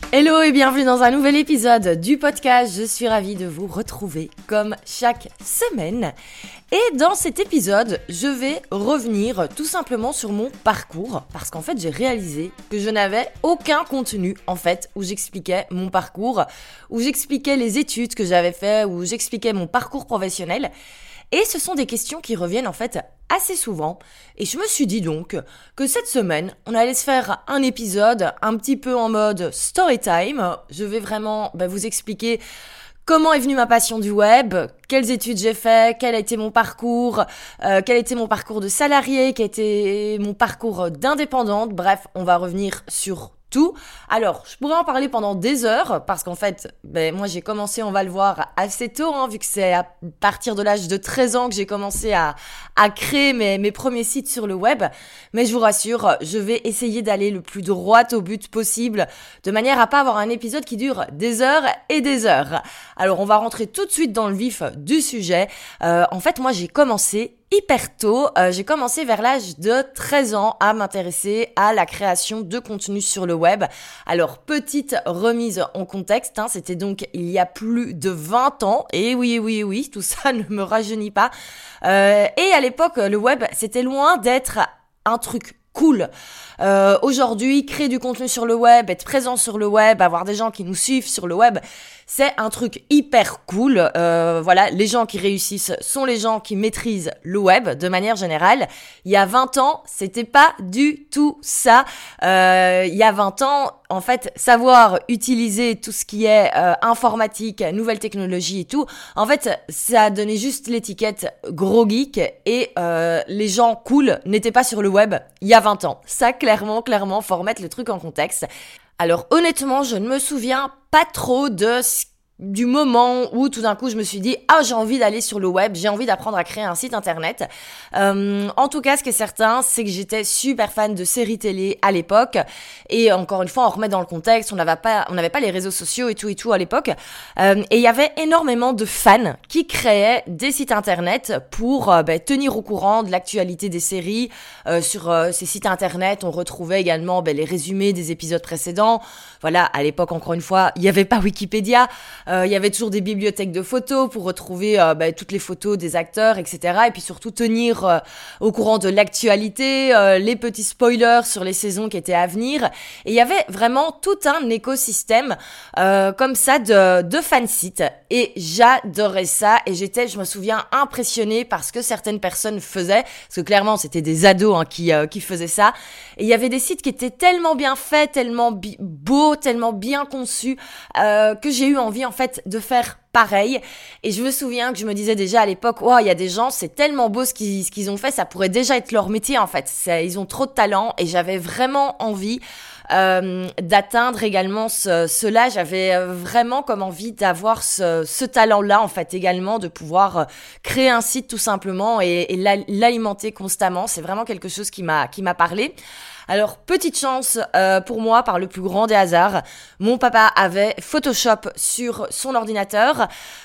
Hello et bienvenue dans un nouvel épisode du podcast. Je suis ravie de vous retrouver comme chaque semaine. Et dans cet épisode, je vais revenir tout simplement sur mon parcours parce qu'en fait, j'ai réalisé que je n'avais aucun contenu en fait où j'expliquais mon parcours, où j'expliquais les études que j'avais fait, où j'expliquais mon parcours professionnel. Et ce sont des questions qui reviennent en fait assez souvent. Et je me suis dit donc que cette semaine, on allait se faire un épisode un petit peu en mode story time. Je vais vraiment vous expliquer comment est venue ma passion du web, quelles études j'ai fait, quel a été mon parcours, quel a été mon parcours de salarié, quel a été mon parcours d'indépendante. Bref, on va revenir sur tout. Alors, je pourrais en parler pendant des heures parce qu'en fait, moi j'ai commencé, on va le voir, assez tôt, vu que c'est à partir de l'âge de 13 ans que j'ai commencé à créer mes premiers sites sur le web. Mais je vous rassure, je vais essayer d'aller le plus droit au but possible de manière à pas avoir un épisode qui dure des heures et des heures. Alors, on va rentrer tout de suite dans le vif du sujet. En fait, moi j'ai commencé hyper tôt, j'ai commencé vers l'âge de 13 ans à m'intéresser à la création de contenu sur le web. Alors, petite remise en contexte, c'était donc il y a plus de 20 ans, et oui, tout ça ne me rajeunit pas. Et à l'époque, le web, c'était loin d'être un truc cool. Aujourd'hui, créer du contenu sur le web, être présent sur le web, avoir des gens qui nous suivent sur le web, c'est un truc hyper cool. Voilà, les gens qui réussissent sont les gens qui maîtrisent le web de manière générale. Il y a 20 ans, c'était pas du tout ça. Il y a 20 ans, en fait, savoir utiliser tout ce qui est informatique, nouvelles technologies et tout, en fait, ça a donné juste l'étiquette gros geek et les gens cool n'étaient pas sur le web il y a 20 ans. Ça, clairement, faut remettre le truc en contexte. Alors honnêtement, je ne me souviens pas trop du moment où tout d'un coup je me suis dit j'ai envie d'aller sur le web, j'ai envie d'apprendre à créer un site internet. En tout cas, ce qui est certain, c'est que j'étais super fan de séries télé à l'époque. Et encore une fois, on remet dans le contexte, on n'avait pas les réseaux sociaux et tout à l'époque. Et il y avait énormément de fans qui créaient des sites internet pour tenir au courant de l'actualité des séries. Sur ces sites internet, on retrouvait également les résumés des épisodes précédents. Voilà, à l'époque, encore une fois, il n'y avait pas Wikipédia. Il y avait toujours des bibliothèques de photos pour retrouver toutes les photos des acteurs, etc. Et puis surtout tenir au courant de l'actualité, les petits spoilers sur les saisons qui étaient à venir. Et il y avait vraiment tout un écosystème comme ça de fansites. Et j'adorais ça. Et je me souviens, impressionnée par ce que certaines personnes faisaient. Parce que clairement, c'était des ados qui faisaient ça. Et il y avait des sites qui étaient tellement bien faits, tellement beaux, tellement bien conçus, que j'ai eu envie en fait de faire pareil. Et je me souviens que je me disais déjà à l'époque, il y a des gens, c'est tellement beau ce qu'ils ont fait, ça pourrait déjà être leur métier en fait. Ils ont trop de talent et j'avais vraiment envie d'atteindre également cela. J'avais vraiment comme envie d'avoir ce talent-là en fait également, de pouvoir créer un site tout simplement et l'alimenter constamment. C'est vraiment quelque chose qui m'a parlé. Alors, petite chance pour moi, par le plus grand des hasards, mon papa avait Photoshop sur son ordinateur.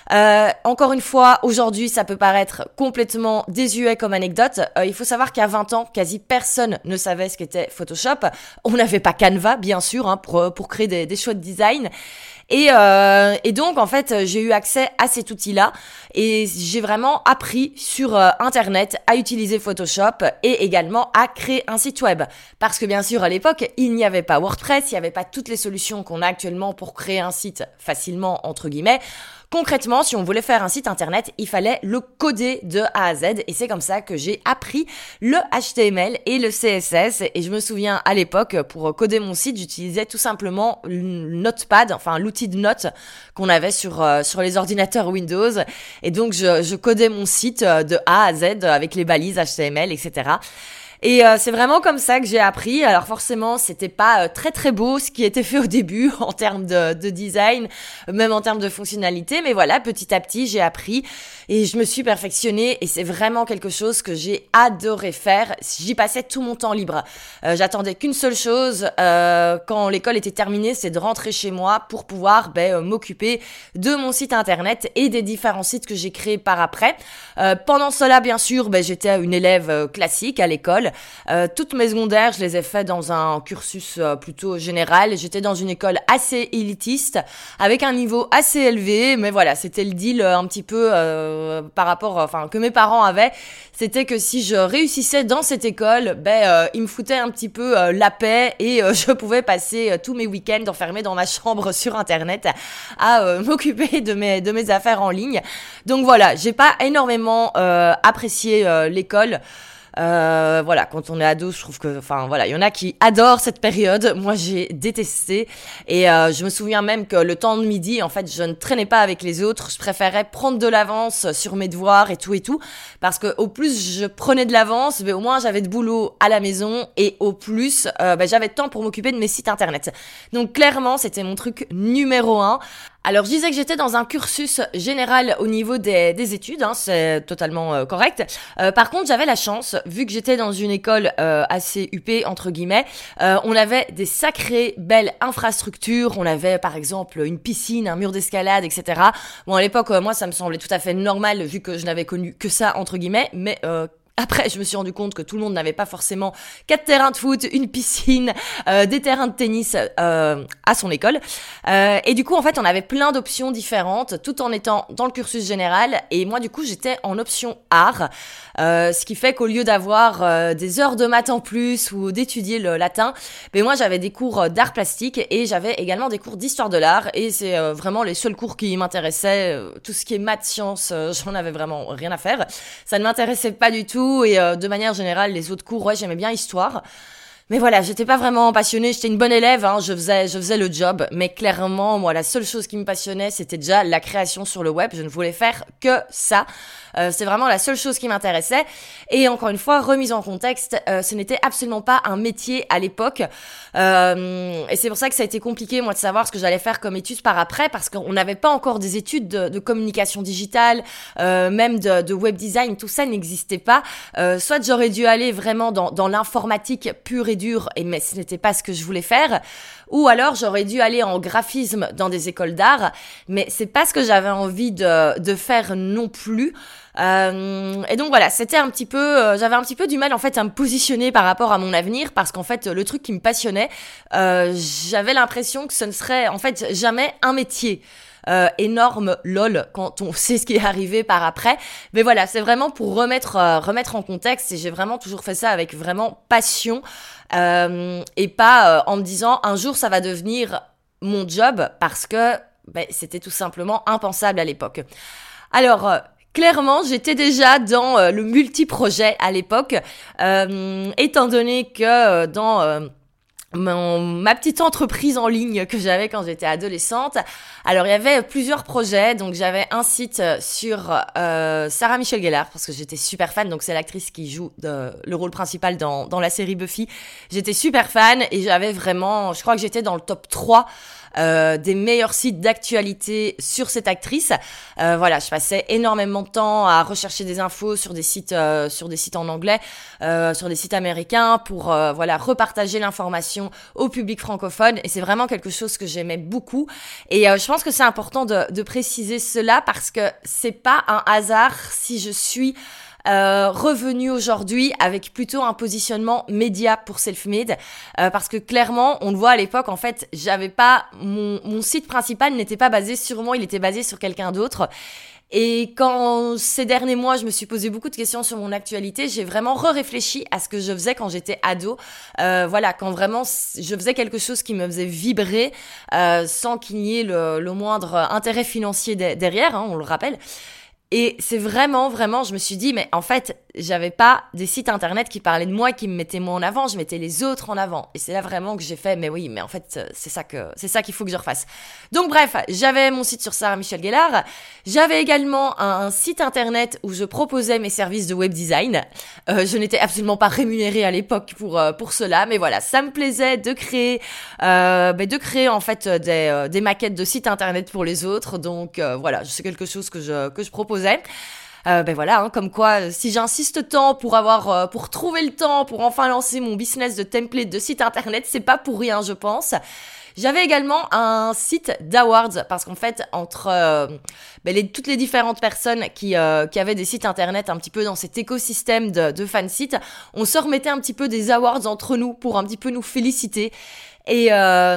Encore une fois, aujourd'hui, ça peut paraître complètement désuet comme anecdote. Il faut savoir qu'à 20 ans, quasi personne ne savait ce qu'était Photoshop. On n'avait pas Canva, bien sûr, pour créer des chouettes designs. Et donc, en fait, j'ai eu accès à cet outil-là et j'ai vraiment appris sur Internet à utiliser Photoshop et également à créer un site web. Parce que bien sûr, à l'époque, il n'y avait pas WordPress, il n'y avait pas toutes les solutions qu'on a actuellement pour créer un site facilement, entre guillemets. Concrètement, si on voulait faire un site internet, il fallait le coder de A à Z et c'est comme ça que j'ai appris le HTML et le CSS. Et je me souviens à l'époque, pour coder mon site, j'utilisais tout simplement Notepad, enfin l'outil de notes qu'on avait sur les ordinateurs Windows. Et donc je codais mon site de A à Z avec les balises HTML, etc. Et c'est vraiment comme ça que j'ai appris. Alors forcément, c'était pas très très beau ce qui était fait au début en termes de design, même en termes de fonctionnalité. Mais voilà, petit à petit, j'ai appris et je me suis perfectionnée. Et c'est vraiment quelque chose que j'ai adoré faire. J'y passais tout mon temps libre. J'attendais qu'une seule chose quand l'école était terminée, c'est de rentrer chez moi pour pouvoir m'occuper de mon site internet et des différents sites que j'ai créés par après. Pendant cela, bien sûr, j'étais une élève classique à l'école. Toutes mes secondaires, je les ai fait dans un cursus plutôt général. J'étais dans une école assez élitiste, avec un niveau assez élevé, mais voilà, c'était le deal un petit peu par rapport, que mes parents avaient. C'était que si je réussissais dans cette école, ils me foutaient un petit peu la paix et je pouvais passer tous mes week-ends enfermés dans ma chambre sur Internet à m'occuper de mes affaires en ligne. Donc voilà, j'ai pas énormément apprécié l'école. Quand on est ado, je trouve que, il y en a qui adorent cette période. Moi, j'ai détesté. Et je me souviens même que le temps de midi, en fait, je ne traînais pas avec les autres. Je préférais prendre de l'avance sur mes devoirs et tout. Parce que au plus je prenais de l'avance, au moins j'avais de boulot à la maison et au plus, j'avais de temps pour m'occuper de mes sites internet. Donc clairement, c'était mon truc numéro 1. Alors, je disais que j'étais dans un cursus général au niveau des études, c'est totalement correct. Par contre, j'avais la chance, vu que j'étais dans une école assez huppée, entre guillemets, on avait des sacrées belles infrastructures. On avait, par exemple, une piscine, un mur d'escalade, etc. Bon, à l'époque, moi, ça me semblait tout à fait normal, vu que je n'avais connu que ça, entre guillemets, mais après, je me suis rendu compte que tout le monde n'avait pas forcément 4 terrains de foot, une piscine, des terrains de tennis à son école. Et du coup, en fait, on avait plein d'options différentes, tout en étant dans le cursus général. Et moi, du coup, j'étais en option art, ce qui fait qu'au lieu d'avoir des heures de maths en plus ou d'étudier le latin, moi, j'avais des cours d'art plastique et j'avais également des cours d'histoire de l'art. Et c'est vraiment les seuls cours qui m'intéressaient. Tout ce qui est maths, sciences, j'en avais vraiment rien à faire. Ça ne m'intéressait pas du tout. Et de manière générale, les autres cours, j'aimais bien histoire. Mais voilà, j'étais pas vraiment passionnée, j'étais une bonne élève, je faisais le job, mais clairement, moi, la seule chose qui me passionnait, c'était déjà la création sur le web, je ne voulais faire que ça. C'est vraiment la seule chose qui m'intéressait. Et encore une fois, remise en contexte, ce n'était absolument pas un métier à l'époque. Et c'est pour ça que ça a été compliqué, moi, de savoir ce que j'allais faire comme études par après, parce qu'on n'avait pas encore des études de communication digitale, même de web design, tout ça n'existait pas. Soit j'aurais dû aller vraiment dans l'informatique pure et dure, mais ce n'était pas ce que je voulais faire. Ou alors j'aurais dû aller en graphisme dans des écoles d'art, mais c'est pas ce que j'avais envie de faire non plus. Et donc voilà, c'était un petit peu, j'avais un petit peu du mal en fait à me positionner par rapport à mon avenir, parce qu'en fait le truc qui me passionnait, j'avais l'impression que ce ne serait en fait jamais un métier. Énorme lol quand on sait ce qui est arrivé par après, mais voilà, c'est vraiment pour remettre en contexte, et j'ai vraiment toujours fait ça avec vraiment passion, et pas en me disant un jour ça va devenir mon job, parce que c'était tout simplement impensable à l'époque. Alors clairement, j'étais déjà dans le multi-projet à l'époque, étant donné que dans ma petite entreprise en ligne que j'avais quand j'étais adolescente. Alors, il y avait plusieurs projets. Donc, j'avais un site sur Sarah Michelle Gellar, parce que j'étais super fan. Donc, c'est l'actrice qui joue le rôle principal dans la série Buffy. J'étais super fan et j'avais vraiment... Je crois que j'étais dans le top 3 des meilleurs sites d'actualité sur cette actrice. Je passais énormément de temps à rechercher des infos sur des sites en anglais, sur des sites américains, pour repartager l'information au public francophone, et c'est vraiment quelque chose que j'aimais beaucoup. Et je pense que c'est important de préciser cela, parce que c'est pas un hasard si je suis revenu aujourd'hui avec plutôt un positionnement média pour Selfmade, parce que clairement on le voit à l'époque, en fait j'avais pas mon site principal n'était pas basé sur moi, il était basé sur quelqu'un d'autre. Et quand ces derniers mois, je me suis posé beaucoup de questions sur mon actualité, j'ai vraiment réfléchi à ce que je faisais quand j'étais ado. Quand vraiment je faisais quelque chose qui me faisait vibrer, sans qu'il y ait le moindre intérêt financier derrière, on le rappelle. Et c'est vraiment, je me suis dit, mais en fait, j'avais pas des sites internet qui parlaient de moi, qui me mettaient moi en avant, je mettais les autres en avant. Et c'est là vraiment que j'ai fait, mais oui, mais en fait, c'est ça qu'il faut que je refasse. Donc bref, j'avais mon site sur Sarah Michelle Gellar. J'avais également un site internet où je proposais mes services de web design. Je n'étais absolument pas rémunérée à l'époque pour cela, mais voilà, ça me plaisait de créer en fait des maquettes de sites internet pour les autres. Donc c'est quelque chose que je proposais. Voilà, hein, comme quoi, si j'insiste tant pour trouver le temps, pour enfin lancer mon business de template de site internet, c'est pas pour rien, je pense. J'avais également un site d'awards parce qu'en fait, entre toutes les différentes personnes qui avaient des sites internet un petit peu dans cet écosystème de fansites, on se remettait un petit peu des awards entre nous pour un petit peu nous féliciter. Et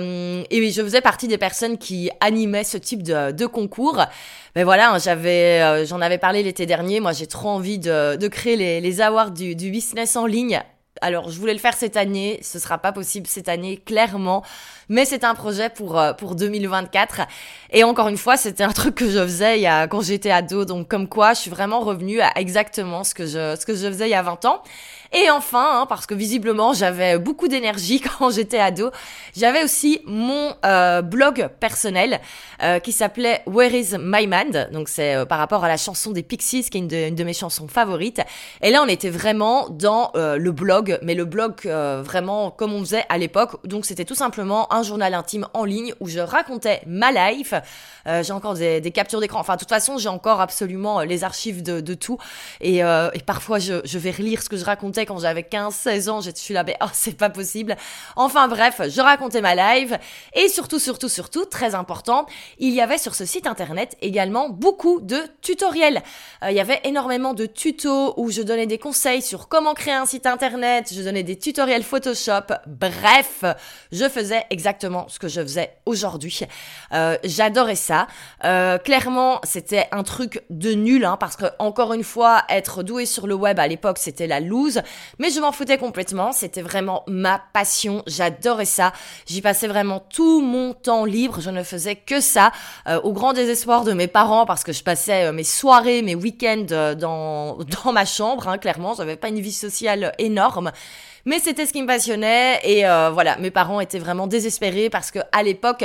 oui, je faisais partie des personnes qui animaient ce type de concours. Mais voilà, hein, j'en avais parlé l'été dernier. Moi, j'ai trop envie de créer les awards du business en ligne. Alors, je voulais le faire cette année, ce sera pas possible cette année, clairement, mais c'est un projet pour 2024. Et encore une fois, c'était un truc que je faisais quand j'étais ado, donc comme quoi, je suis vraiment revenue à exactement ce que je faisais il y a 20 ans. Et enfin, hein, parce que visiblement, j'avais beaucoup d'énergie quand j'étais ado, j'avais aussi mon blog personnel qui s'appelait Where is My Man. Donc c'est par rapport à la chanson des Pixies, qui est une de mes chansons favorites. Et là, on était vraiment dans le blog, mais le blog vraiment comme on faisait à l'époque. Donc c'était tout simplement un journal intime en ligne où je racontais ma life. J'ai encore des captures d'écran. Enfin, de toute façon, j'ai encore absolument les archives de tout. Et parfois, je vais relire ce que je racontais quand j'avais 15-16 ans. Je suis là, mais c'est pas possible. Enfin bref, je racontais ma live. Et surtout, très important, il y avait sur ce site internet également beaucoup de tutoriels. Il y avait énormément de tutos où je donnais des conseils sur comment créer un site internet. Je donnais des tutoriels Photoshop. Bref, je faisais exactement ce que je faisais aujourd'hui. J'adorais ça. Clairement, c'était un truc de nul, hein, parce que encore une fois, être doué sur le web à l'époque, c'était la loose. Mais je m'en foutais complètement. C'était vraiment ma passion. J'adorais ça. J'y passais vraiment tout mon temps libre. Je ne faisais que ça, au grand désespoir de mes parents, parce que je passais mes soirées, mes week-ends dans ma chambre. Hein, clairement, j'avais pas une vie sociale énorme. Mais c'était ce qui me passionnait. Et voilà, mes parents étaient vraiment désespérés parce que à l'époque,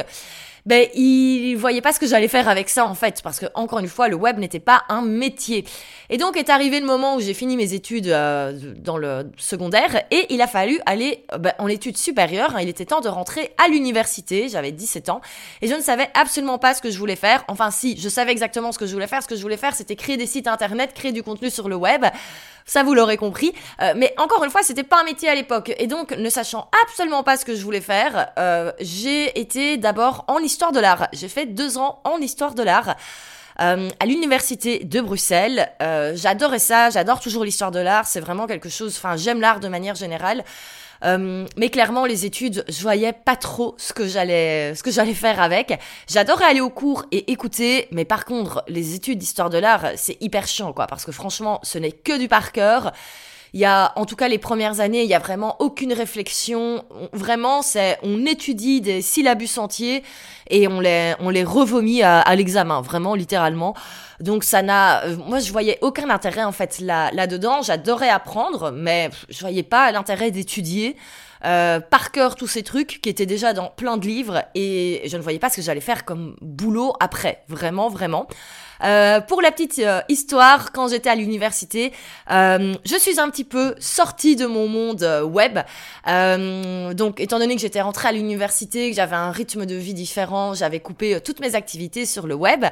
ils voyaient pas ce que j'allais faire avec ça en fait, parce que encore une fois, le web n'était pas un métier. Et donc est arrivé le moment où j'ai fini mes études dans le secondaire et il a fallu aller en études supérieures. Hein, il était temps de rentrer à l'université. J'avais 17 ans et je ne savais absolument pas ce que je voulais faire. Enfin si, je savais exactement ce que je voulais faire. Ce que je voulais faire, c'était créer des sites internet, créer du contenu sur le web. Ça, vous l'aurez compris. Mais encore une fois, c'était pas un métier à l'époque. Et donc, ne sachant absolument pas ce que je voulais faire, j'ai été d'abord en histoire de l'art. J'ai fait 2 ans en histoire de l'art. À l'université de Bruxelles. J'adorais ça, j'adore toujours l'histoire de l'art, c'est vraiment quelque chose, j'aime l'art de manière générale. Mais clairement, les études, je voyais pas trop ce que j'allais faire avec. J'adorais aller au cours et écouter, mais par contre, les études d'histoire de l'art, c'est hyper chiant, quoi, parce que franchement, ce n'est que du par cœur. Il y a, en tout cas, les premières années, il y a vraiment aucune réflexion. On étudie des syllabus entiers et on les revomit à l'examen, vraiment, littéralement. Donc moi je voyais aucun intérêt en fait là-dedans. J'adorais apprendre, mais je voyais pas l'intérêt d'étudier par cœur tous ces trucs qui étaient déjà dans plein de livres et je ne voyais pas ce que j'allais faire comme boulot après, vraiment. Pour la petite histoire, quand j'étais à l'université, je suis un petit peu sortie de mon monde web. Donc, étant donné que j'étais rentrée à l'université, que j'avais un rythme de vie différent, j'avais coupé toutes mes activités sur le web.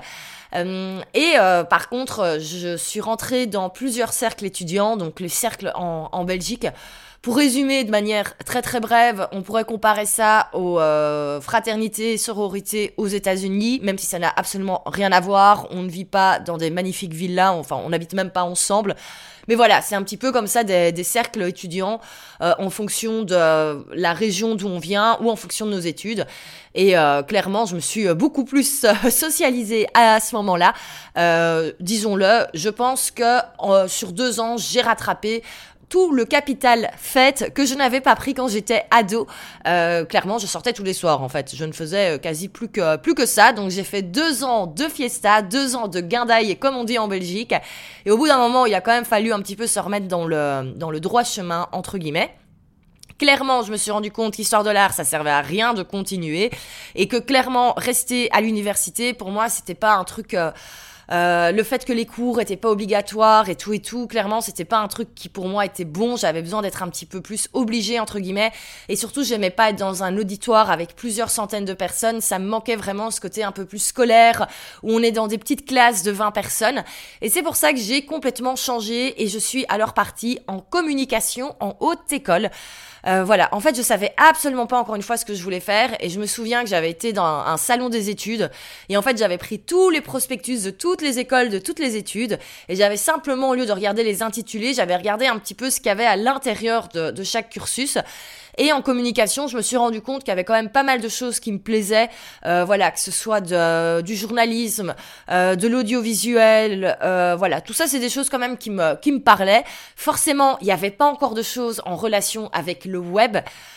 Par contre, je suis rentrée dans plusieurs cercles étudiants, donc les cercles en Belgique. Pour résumer de manière très très brève, on pourrait comparer ça aux fraternités et sororités aux États-Unis, même si ça n'a absolument rien à voir. On ne vit pas dans des magnifiques villas, on n'habite même pas ensemble. Mais voilà, c'est un petit peu comme ça des cercles étudiants en fonction de la région d'où on vient ou en fonction de nos études. Et clairement, je me suis beaucoup plus socialisée à ce moment-là. Disons-le, je pense que sur 2 ans, j'ai rattrapé tout le capital fête que je n'avais pas pris quand j'étais ado. Clairement, je sortais tous les soirs, en fait. Je ne faisais quasi plus que ça. Donc, j'ai fait 2 ans de fiesta, 2 ans de guindaille, comme on dit en Belgique. Et au bout d'un moment, il a quand même fallu un petit peu se remettre dans le droit chemin, entre guillemets. Clairement, je me suis rendu compte qu'histoire de l'art, ça servait à rien de continuer. Et que clairement, rester à l'université, pour moi, c'était pas un truc le fait que les cours étaient pas obligatoires et tout, clairement c'était pas un truc qui pour moi était bon, j'avais besoin d'être un petit peu plus obligée entre guillemets, et surtout j'aimais pas être dans un auditoire avec plusieurs centaines de personnes, ça me manquait vraiment ce côté un peu plus scolaire, où on est dans des petites classes de 20 personnes, et c'est pour ça que j'ai complètement changé et je suis alors partie en communication en haute école. Voilà, en fait je savais absolument pas encore une fois ce que je voulais faire, et je me souviens que j'avais été dans un salon des études et en fait j'avais pris tous les prospectus de toutes les écoles, de toutes les études, et j'avais simplement, au lieu de regarder les intitulés, j'avais regardé un petit peu ce qu'il y avait à l'intérieur de chaque cursus. Et en communication, je me suis rendu compte qu'il y avait quand même pas mal de choses qui me plaisaient, voilà, que ce soit du journalisme, de l'audiovisuel, voilà, tout ça c'est des choses quand même qui me parlaient. Forcément, il n'y avait pas encore de choses en relation avec le web.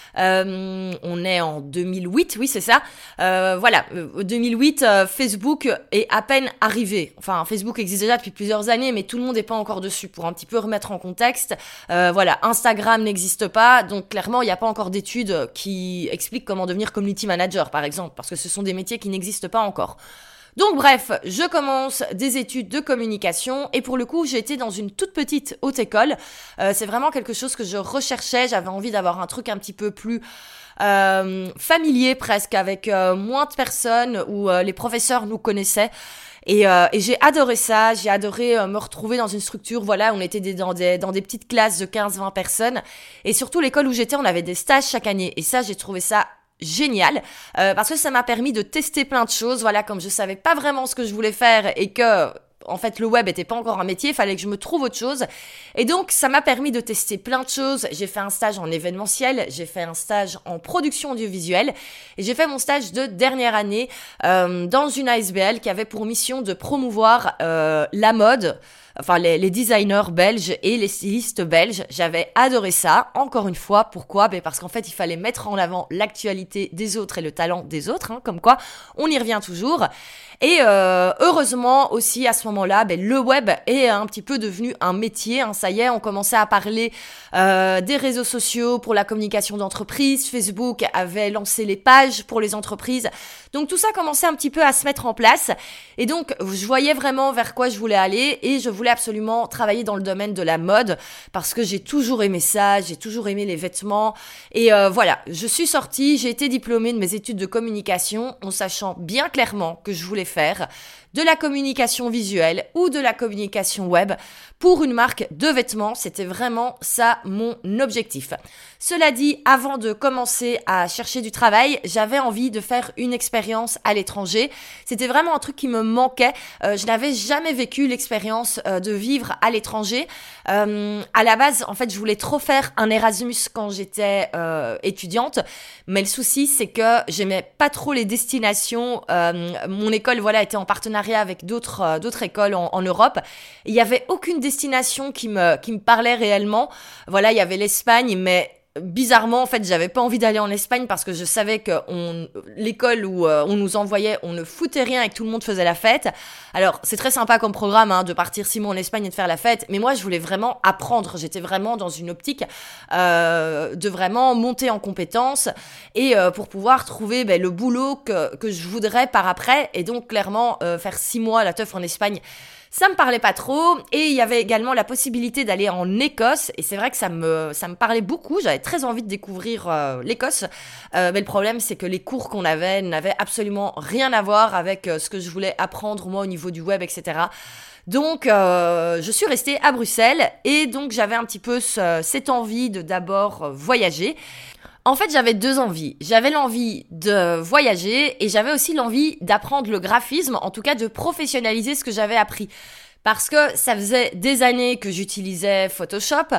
On est en 2008, oui c'est ça. Voilà, 2008, Facebook est à peine arrivé. Enfin, Facebook existe déjà depuis plusieurs années, mais tout le monde n'est pas encore dessus. Pour un petit peu remettre en contexte, voilà, Instagram n'existe pas, donc clairement il n'y a pas encore d'études qui expliquent comment devenir community manager par exemple, parce que ce sont des métiers qui n'existent pas encore. Donc bref, je commence des études de communication et pour le coup, j'ai été dans une toute petite haute école. C'est vraiment quelque chose que je recherchais. J'avais envie d'avoir un truc un petit peu plus familier presque, avec moins de personnes où les professeurs nous connaissaient. Et j'ai adoré ça, j'ai adoré me retrouver dans une structure, voilà, on était dans des petites classes de 15-20 personnes. Et surtout, l'école où j'étais, on avait des stages chaque année. Et ça, j'ai trouvé ça génial, parce que ça m'a permis de tester plein de choses, voilà, comme je savais pas vraiment ce que je voulais faire et que en fait le web était pas encore un métier, il fallait que je me trouve autre chose, et donc ça m'a permis de tester plein de choses. J'ai fait un stage en événementiel, j'ai fait un stage en production audiovisuelle et j'ai fait mon stage de dernière année dans une ASBL qui avait pour mission de promouvoir la mode, enfin les designers belges et les stylistes belges. J'avais adoré ça. Encore une fois, pourquoi ? Parce qu'en fait, il fallait mettre en avant l'actualité des autres et le talent des autres, hein, comme quoi on y revient toujours. Et heureusement aussi à ce moment-là, le web est un petit peu devenu un métier, hein, ça y est, on commençait à parler des réseaux sociaux pour la communication d'entreprise. Facebook avait lancé les pages pour les entreprises. Donc tout ça commençait un petit peu à se mettre en place. Et donc je voyais vraiment vers quoi je voulais aller et je voulais absolument travailler dans le domaine de la mode parce que j'ai toujours aimé ça, j'ai toujours aimé les vêtements. Et voilà, je suis sortie, j'ai été diplômée de mes études de communication en sachant bien clairement que je voulais faire de la communication visuelle ou de la communication web pour une marque de vêtements. C'était vraiment ça mon objectif. Cela dit, avant de commencer à chercher du travail, j'avais envie de faire une expérience à l'étranger. C'était vraiment un truc qui me manquait. Je n'avais jamais vécu l'expérience de vivre à l'étranger. À la base, en fait, je voulais trop faire un Erasmus quand j'étais étudiante, mais le souci, c'est que j'aimais pas trop les destinations. Mon école, voilà, était en partenariat avec d'autres écoles en Europe. Il y avait aucune destination qui me parlait réellement. Voilà, il y avait l'Espagne, mais bizarrement, en fait, j'avais pas envie d'aller en Espagne parce que je savais que l'école où on nous envoyait, on ne foutait rien et que tout le monde faisait la fête. Alors, c'est très sympa comme programme, hein, de partir 6 mois en Espagne et de faire la fête, mais moi, je voulais vraiment apprendre. J'étais vraiment dans une optique de vraiment monter en compétences et pour pouvoir trouver le boulot que je voudrais par après. Et donc, clairement, faire 6 mois à la teuf en Espagne, ça me parlait pas trop. Et il y avait également la possibilité d'aller en Écosse. Et c'est vrai que ça me parlait beaucoup. J'avais très envie de découvrir l'Écosse. Mais le problème, c'est que les cours qu'on avait n'avaient absolument rien à voir avec ce que je voulais apprendre, moi, au niveau du web, etc. Donc, je suis restée à Bruxelles. Et donc, j'avais un petit peu cette envie de d'abord voyager. En fait, j'avais 2 envies. J'avais l'envie de voyager et j'avais aussi l'envie d'apprendre le graphisme, en tout cas de professionnaliser ce que j'avais appris. Parce que ça faisait des années que j'utilisais Photoshop.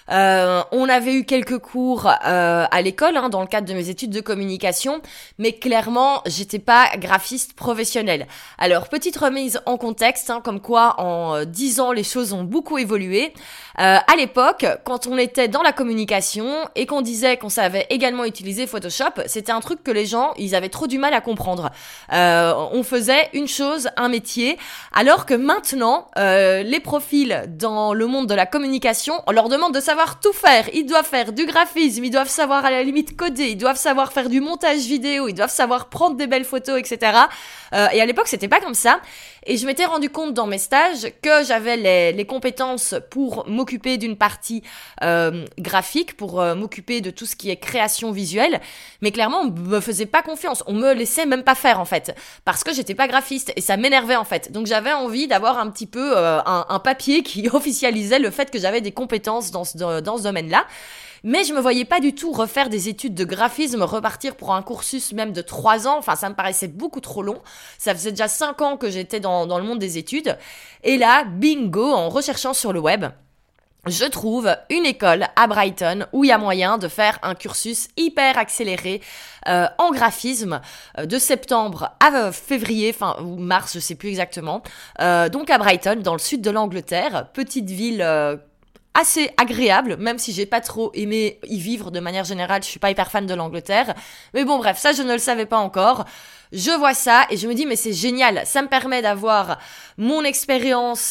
On avait eu quelques cours à l'école, hein, dans le cadre de mes études de communication, mais clairement, j'étais pas graphiste professionnel. Alors, petite remise en contexte, hein, comme quoi en 10 ans, les choses ont beaucoup évolué. À l'époque, quand on était dans la communication et qu'on disait qu'on savait également utiliser Photoshop, c'était un truc que les gens, ils avaient trop du mal à comprendre. On faisait une chose, un métier, alors que maintenant, les profils dans le monde de la communication, on leur demande de savoir tout faire. Ils doivent faire du graphisme, ils doivent savoir à la limite coder, ils doivent savoir faire du montage vidéo, ils doivent savoir prendre des belles photos, etc. Et à l'époque, c'était pas comme ça. Et je m'étais rendu compte dans mes stages que j'avais les compétences pour m'occuper d'une partie graphique, pour m'occuper de tout ce qui est création visuelle, mais clairement on me faisait pas confiance, on me laissait même pas faire en fait, parce que j'étais pas graphiste et ça m'énervait en fait. Donc j'avais envie d'avoir un petit peu un papier qui officialisait le fait que j'avais des compétences dans ce domaine-là. Mais je me voyais pas du tout refaire des études de graphisme, repartir pour un cursus même de 3 ans. Enfin, ça me paraissait beaucoup trop long. Ça faisait déjà 5 ans que j'étais dans le monde des études. Et là, bingo, en recherchant sur le web, je trouve une école à Brighton où il y a moyen de faire un cursus hyper accéléré en graphisme de septembre à février, ou mars, je sais plus exactement. Donc à Brighton, dans le sud de l'Angleterre, petite ville assez agréable, même si j'ai pas trop aimé y vivre de manière générale, je suis pas hyper fan de l'Angleterre. Mais bon bref, ça je ne le savais pas encore. Je vois ça et je me dis mais c'est génial, ça me permet d'avoir mon expérience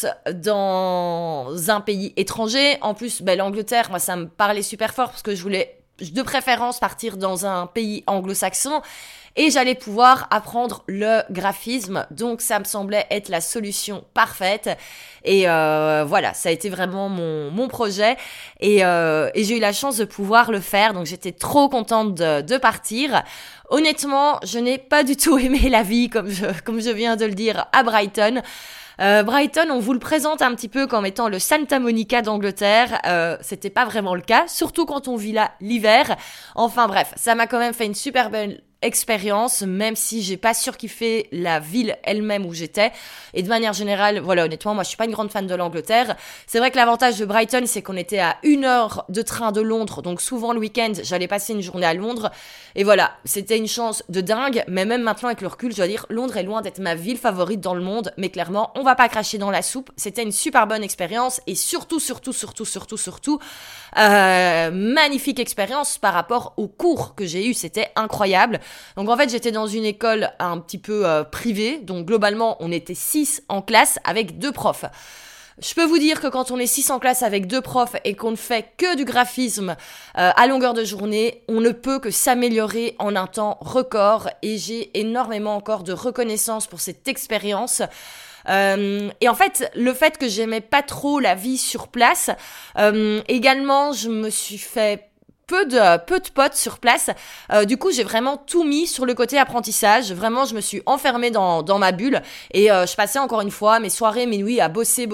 dans un pays étranger. En plus, l'Angleterre, moi ça me parlait super fort parce que je voulais de préférence partir dans un pays anglo-saxon. Et j'allais pouvoir apprendre le graphisme, donc ça me semblait être la solution parfaite. Et voilà, ça a été vraiment mon projet. Et j'ai eu la chance de pouvoir le faire, donc j'étais trop contente de partir. Honnêtement, je n'ai pas du tout aimé la vie, comme je viens de le dire, à Brighton. Brighton, on vous le présente un petit peu comme étant le Santa Monica d'Angleterre. C'était pas vraiment le cas, surtout quand on vit là l'hiver. Enfin bref, ça m'a quand même fait une super belle expérience, même si j'ai pas surkiffé la ville elle-même où j'étais. Et de manière générale, voilà, honnêtement, moi je suis pas une grande fan de l'Angleterre. C'est vrai que l'avantage de Brighton, c'est qu'on était à 1 heure de train de Londres, donc souvent le week-end, j'allais passer une journée à Londres. Et voilà, c'était une chance de dingue, mais même maintenant avec le recul, je dois dire, Londres est loin d'être ma ville favorite dans le monde, mais clairement, on va pas cracher dans la soupe. C'était une super bonne expérience et surtout, magnifique expérience par rapport aux cours que j'ai eu, c'était incroyable. Donc en fait, j'étais dans une école un petit peu privée, donc globalement, on était 6 en classe avec 2 profs. Je peux vous dire que quand on est 6 en classe avec 2 profs et qu'on ne fait que du graphisme à longueur de journée, on ne peut que s'améliorer en un temps record et j'ai énormément encore de reconnaissance pour cette expérience. Et en fait, le fait que j'aimais pas trop la vie sur place, également, je me suis fait peu de potes sur place. Du coup, j'ai vraiment tout mis sur le côté apprentissage. Vraiment, je me suis enfermée dans ma bulle et je passais encore une fois mes soirées, mes nuits à bosser.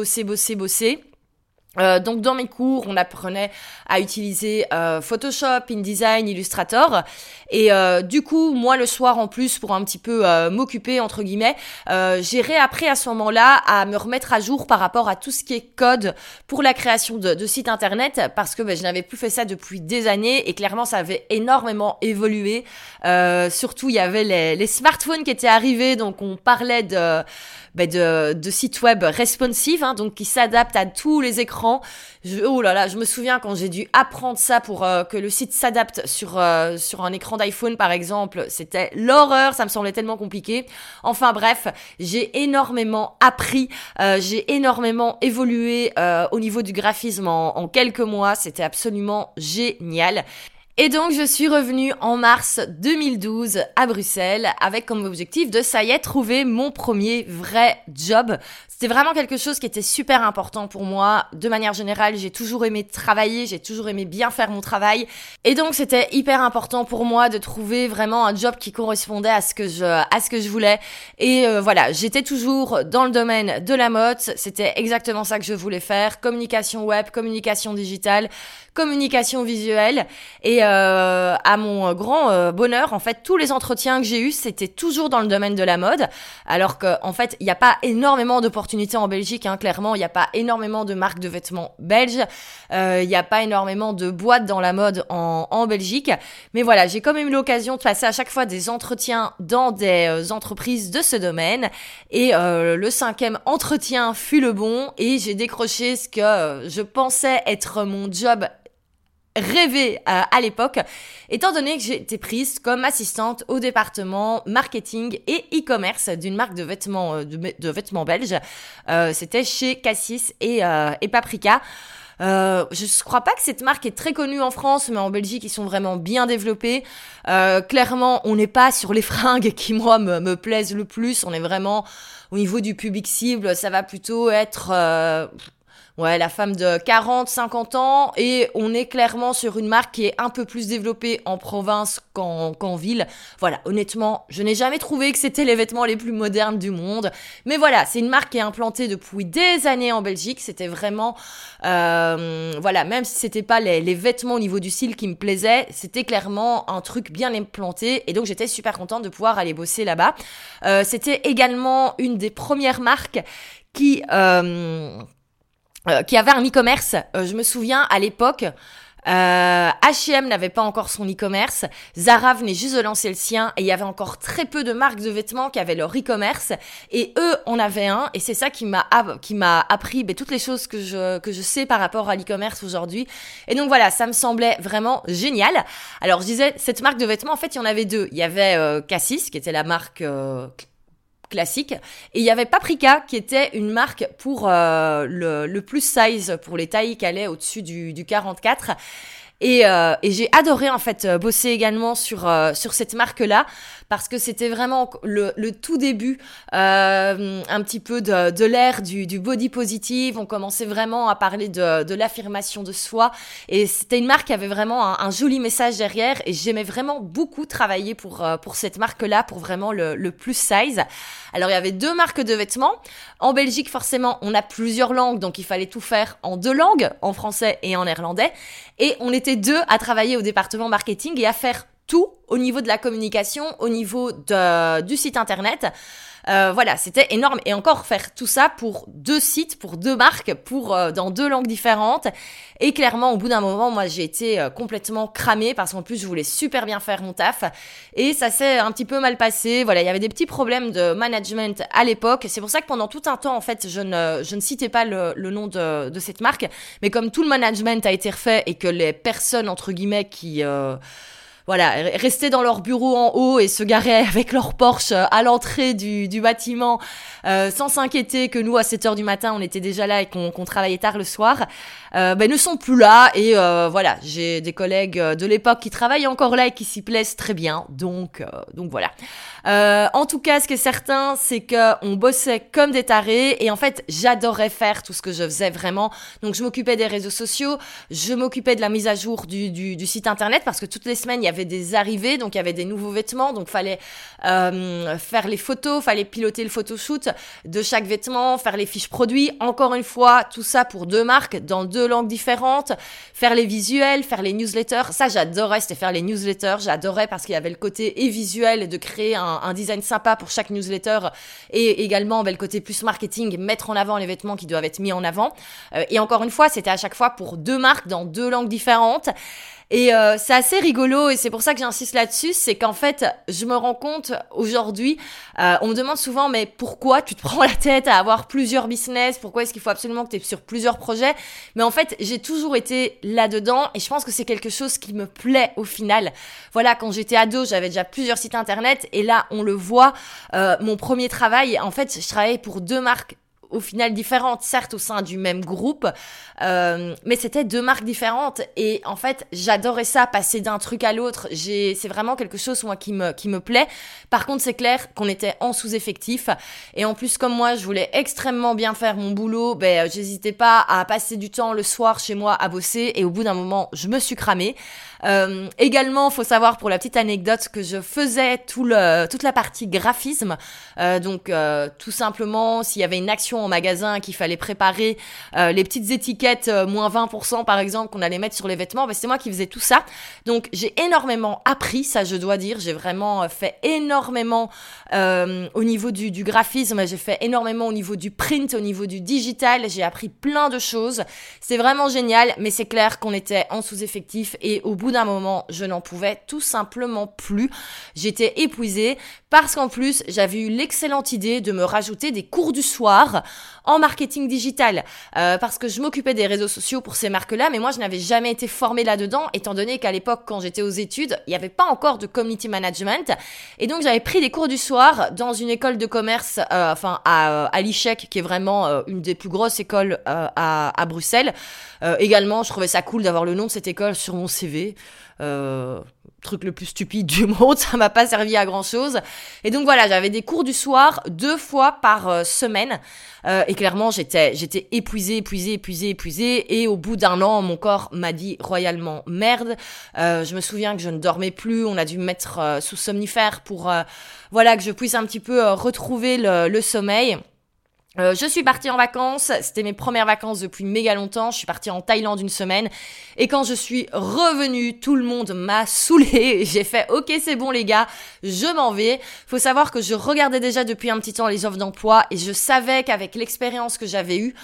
Donc dans mes cours, on apprenait à utiliser Photoshop, InDesign, Illustrator et du coup, moi le soir en plus pour un petit peu m'occuper entre guillemets, j'ai réappris à ce moment-là à me remettre à jour par rapport à tout ce qui est code pour la création de sites internet parce que je n'avais plus fait ça depuis des années et clairement ça avait énormément évolué. Surtout il y avait les smartphones qui étaient arrivés, donc on parlait de sites web responsive, donc qui s'adaptent à tous les écrans. Je me souviens quand j'ai dû apprendre ça pour que le site s'adapte sur un écran d'iPhone par exemple, c'était l'horreur, ça me semblait tellement compliqué. Enfin bref, j'ai énormément appris, j'ai énormément évolué au niveau du graphisme en quelques mois, c'était absolument génial. Et donc, je suis revenue en mars 2012 à Bruxelles avec comme objectif de, ça y est, trouver mon premier vrai job. C'était vraiment quelque chose qui était super important pour moi. De manière générale, j'ai toujours aimé travailler, j'ai toujours aimé bien faire mon travail. Et donc, c'était hyper important pour moi de trouver vraiment un job qui correspondait à ce que je voulais. Et voilà, j'étais toujours dans le domaine de la mode. C'était exactement ça que je voulais faire. Communication web, communication digitale, communication visuelle. Et à mon grand bonheur, en fait, tous les entretiens que j'ai eus, c'était toujours dans le domaine de la mode. Alors que, en fait, il n'y a pas énormément d'opportunités en Belgique, clairement. Il n'y a pas énormément de marques de vêtements belges. Il n'y a pas énormément de boîtes dans la mode en Belgique. Mais voilà, j'ai quand même eu l'occasion de passer à chaque fois des entretiens dans des entreprises de ce domaine. Et le 5e entretien fut le bon. Et j'ai décroché ce que je pensais être mon job rêvé à l'époque, étant donné que j'ai été prise comme assistante au département marketing et e-commerce d'une marque de vêtements belges. C'était chez Cassis et Paprika. Je crois pas que cette marque est très connue en France, mais en Belgique, ils sont vraiment bien développés. Clairement, on n'est pas sur les fringues qui, moi, me plaisent le plus. On est vraiment au niveau du public cible. Ça va plutôt être... la femme de 40, 50 ans, et on est clairement sur une marque qui est un peu plus développée en province qu'en ville. Voilà, honnêtement, je n'ai jamais trouvé que c'était les vêtements les plus modernes du monde. Mais voilà, c'est une marque qui est implantée depuis des années en Belgique. C'était vraiment, même si c'était pas les vêtements au niveau du style qui me plaisaient, c'était clairement un truc bien implanté. Et donc, j'étais super contente de pouvoir aller bosser là-bas. C'était également une des premières marques qui avait un e-commerce. Je me souviens, à l'époque, H&M n'avait pas encore son e-commerce, Zara venait juste de lancer le sien, et il y avait encore très peu de marques de vêtements qui avaient leur e-commerce, et eux en avaient un, et c'est ça qui m'a appris toutes les choses que je sais par rapport à l'e-commerce aujourd'hui. Et donc voilà, ça me semblait vraiment génial. Alors je disais, cette marque de vêtements, en fait, il y en avait deux. Il y avait Cassis, qui était la marque classique, et il y avait Paprika qui était une marque pour le plus size, pour les tailles qui allaient au-dessus du 44. Et j'ai adoré en fait bosser également sur cette marque-là, parce que c'était vraiment le tout début un petit peu de l'ère du body positive. On commençait vraiment à parler de l'affirmation de soi, et c'était une marque qui avait vraiment un joli message derrière, et j'aimais vraiment beaucoup travailler pour cette marque-là, pour vraiment le plus size. Alors il y avait deux marques de vêtements. En Belgique, forcément, on a plusieurs langues, donc il fallait tout faire en deux langues, en français et en néerlandais. Et on était deux à travailler au département marketing et à faire tout au niveau de la communication, au niveau du site internet. C'était énorme. Et encore faire tout ça pour deux sites, pour deux marques, dans deux langues différentes. Et clairement, au bout d'un moment, moi, j'ai été complètement cramée, parce qu'en plus, je voulais super bien faire mon taf. Et ça s'est un petit peu mal passé. Voilà, il y avait des petits problèmes de management à l'époque. C'est pour ça que pendant tout un temps, en fait, je ne citais pas le nom de cette marque. Mais comme tout le management a été refait, et que les personnes, entre guillemets, qui... restaient dans leur bureau en haut et se garaient avec leur Porsche à l'entrée du bâtiment, sans s'inquiéter que nous, à 7h du matin, on était déjà là et qu'on travaillait tard le soir, ne sont plus là. Et j'ai des collègues de l'époque qui travaillent encore là et qui s'y plaisent très bien. Donc voilà. En tout cas, ce qui est certain, c'est qu'on bossait comme des tarés, et en fait, j'adorais faire tout ce que je faisais vraiment. Donc, je m'occupais des réseaux sociaux, je m'occupais de la mise à jour du site internet, parce que toutes les semaines, il y avait des arrivées, donc il y avait des nouveaux vêtements, donc fallait faire les photos, fallait piloter le photoshoot de chaque vêtement, faire les fiches produits. Encore une fois, tout ça pour deux marques, dans deux langues différentes, faire les visuels, faire les newsletters. Ça, j'adorais, c'était faire les newsletters. J'adorais parce qu'il y avait le côté et visuel, de créer un design sympa pour chaque newsletter, et également le côté plus marketing, mettre en avant les vêtements qui doivent être mis en avant. Et encore une fois, c'était à chaque fois pour deux marques dans deux langues différentes. Et c'est assez rigolo, et c'est pour ça que j'insiste là-dessus, c'est qu'en fait, je me rends compte aujourd'hui, on me demande souvent, mais pourquoi tu te prends la tête à avoir plusieurs business? Pourquoi est-ce qu'il faut absolument que tu es sur plusieurs projets? Mais en fait, j'ai toujours été là-dedans, et je pense que c'est quelque chose qui me plaît au final. Voilà, quand j'étais ado, j'avais déjà plusieurs sites internet, et là, on le voit, mon premier travail, en fait, je travaillais pour deux marques au final différentes, certes au sein du même groupe, mais c'était deux marques différentes, et en fait j'adorais ça, passer d'un truc à l'autre. C'est vraiment quelque chose moi qui me plaît. Par contre, c'est clair qu'on était en sous-effectif, et en plus, comme moi je voulais extrêmement bien faire mon boulot, j'hésitais pas à passer du temps le soir chez moi à bosser, et au bout d'un moment je me suis cramée. Également, faut savoir, pour la petite anecdote, que je faisais toute la partie graphisme, tout simplement, s'il y avait une action en magasin qu'il fallait préparer, les petites étiquettes moins 20% par exemple qu'on allait mettre sur les vêtements, c'est moi qui faisais tout ça. Donc j'ai énormément appris, ça je dois dire. J'ai vraiment fait énormément au niveau du graphisme, j'ai fait énormément au niveau du print, au niveau du digital. J'ai appris plein de choses, c'est vraiment génial, mais c'est clair qu'on était en sous-effectif, et au bout d'un moment, je n'en pouvais tout simplement plus. J'étais épuisée, parce qu'en plus, j'avais eu l'excellente idée de me rajouter des cours du soir. en marketing digital parce que je m'occupais des réseaux sociaux pour ces marques-là, mais moi je n'avais jamais été formée là-dedans, étant donné qu'à l'époque, quand j'étais aux études, il n'y avait pas encore de community management, et donc j'avais pris des cours du soir dans une école de commerce, à l'ICHEC, qui est vraiment une des plus grosses écoles à Bruxelles. Également, je trouvais ça cool d'avoir le nom de cette école sur mon CV. Truc le plus stupide du monde, ça m'a pas servi à grand chose. Et donc voilà, j'avais des cours du soir 2 fois par semaine, et clairement j'étais épuisée, et au bout d'1 an, mon corps m'a dit royalement merde. Je me souviens que je ne dormais plus, on a dû me mettre sous somnifère pour que je puisse un petit peu retrouver le sommeil. Je suis partie en vacances, c'était mes premières vacances depuis méga longtemps, je suis partie en Thaïlande 1 semaine, et quand je suis revenue, tout le monde m'a saoulée, j'ai fait ok c'est bon les gars, je m'en vais. Faut savoir que je regardais déjà depuis un petit temps les offres d'emploi, et je savais qu'avec l'expérience que j'avais eue,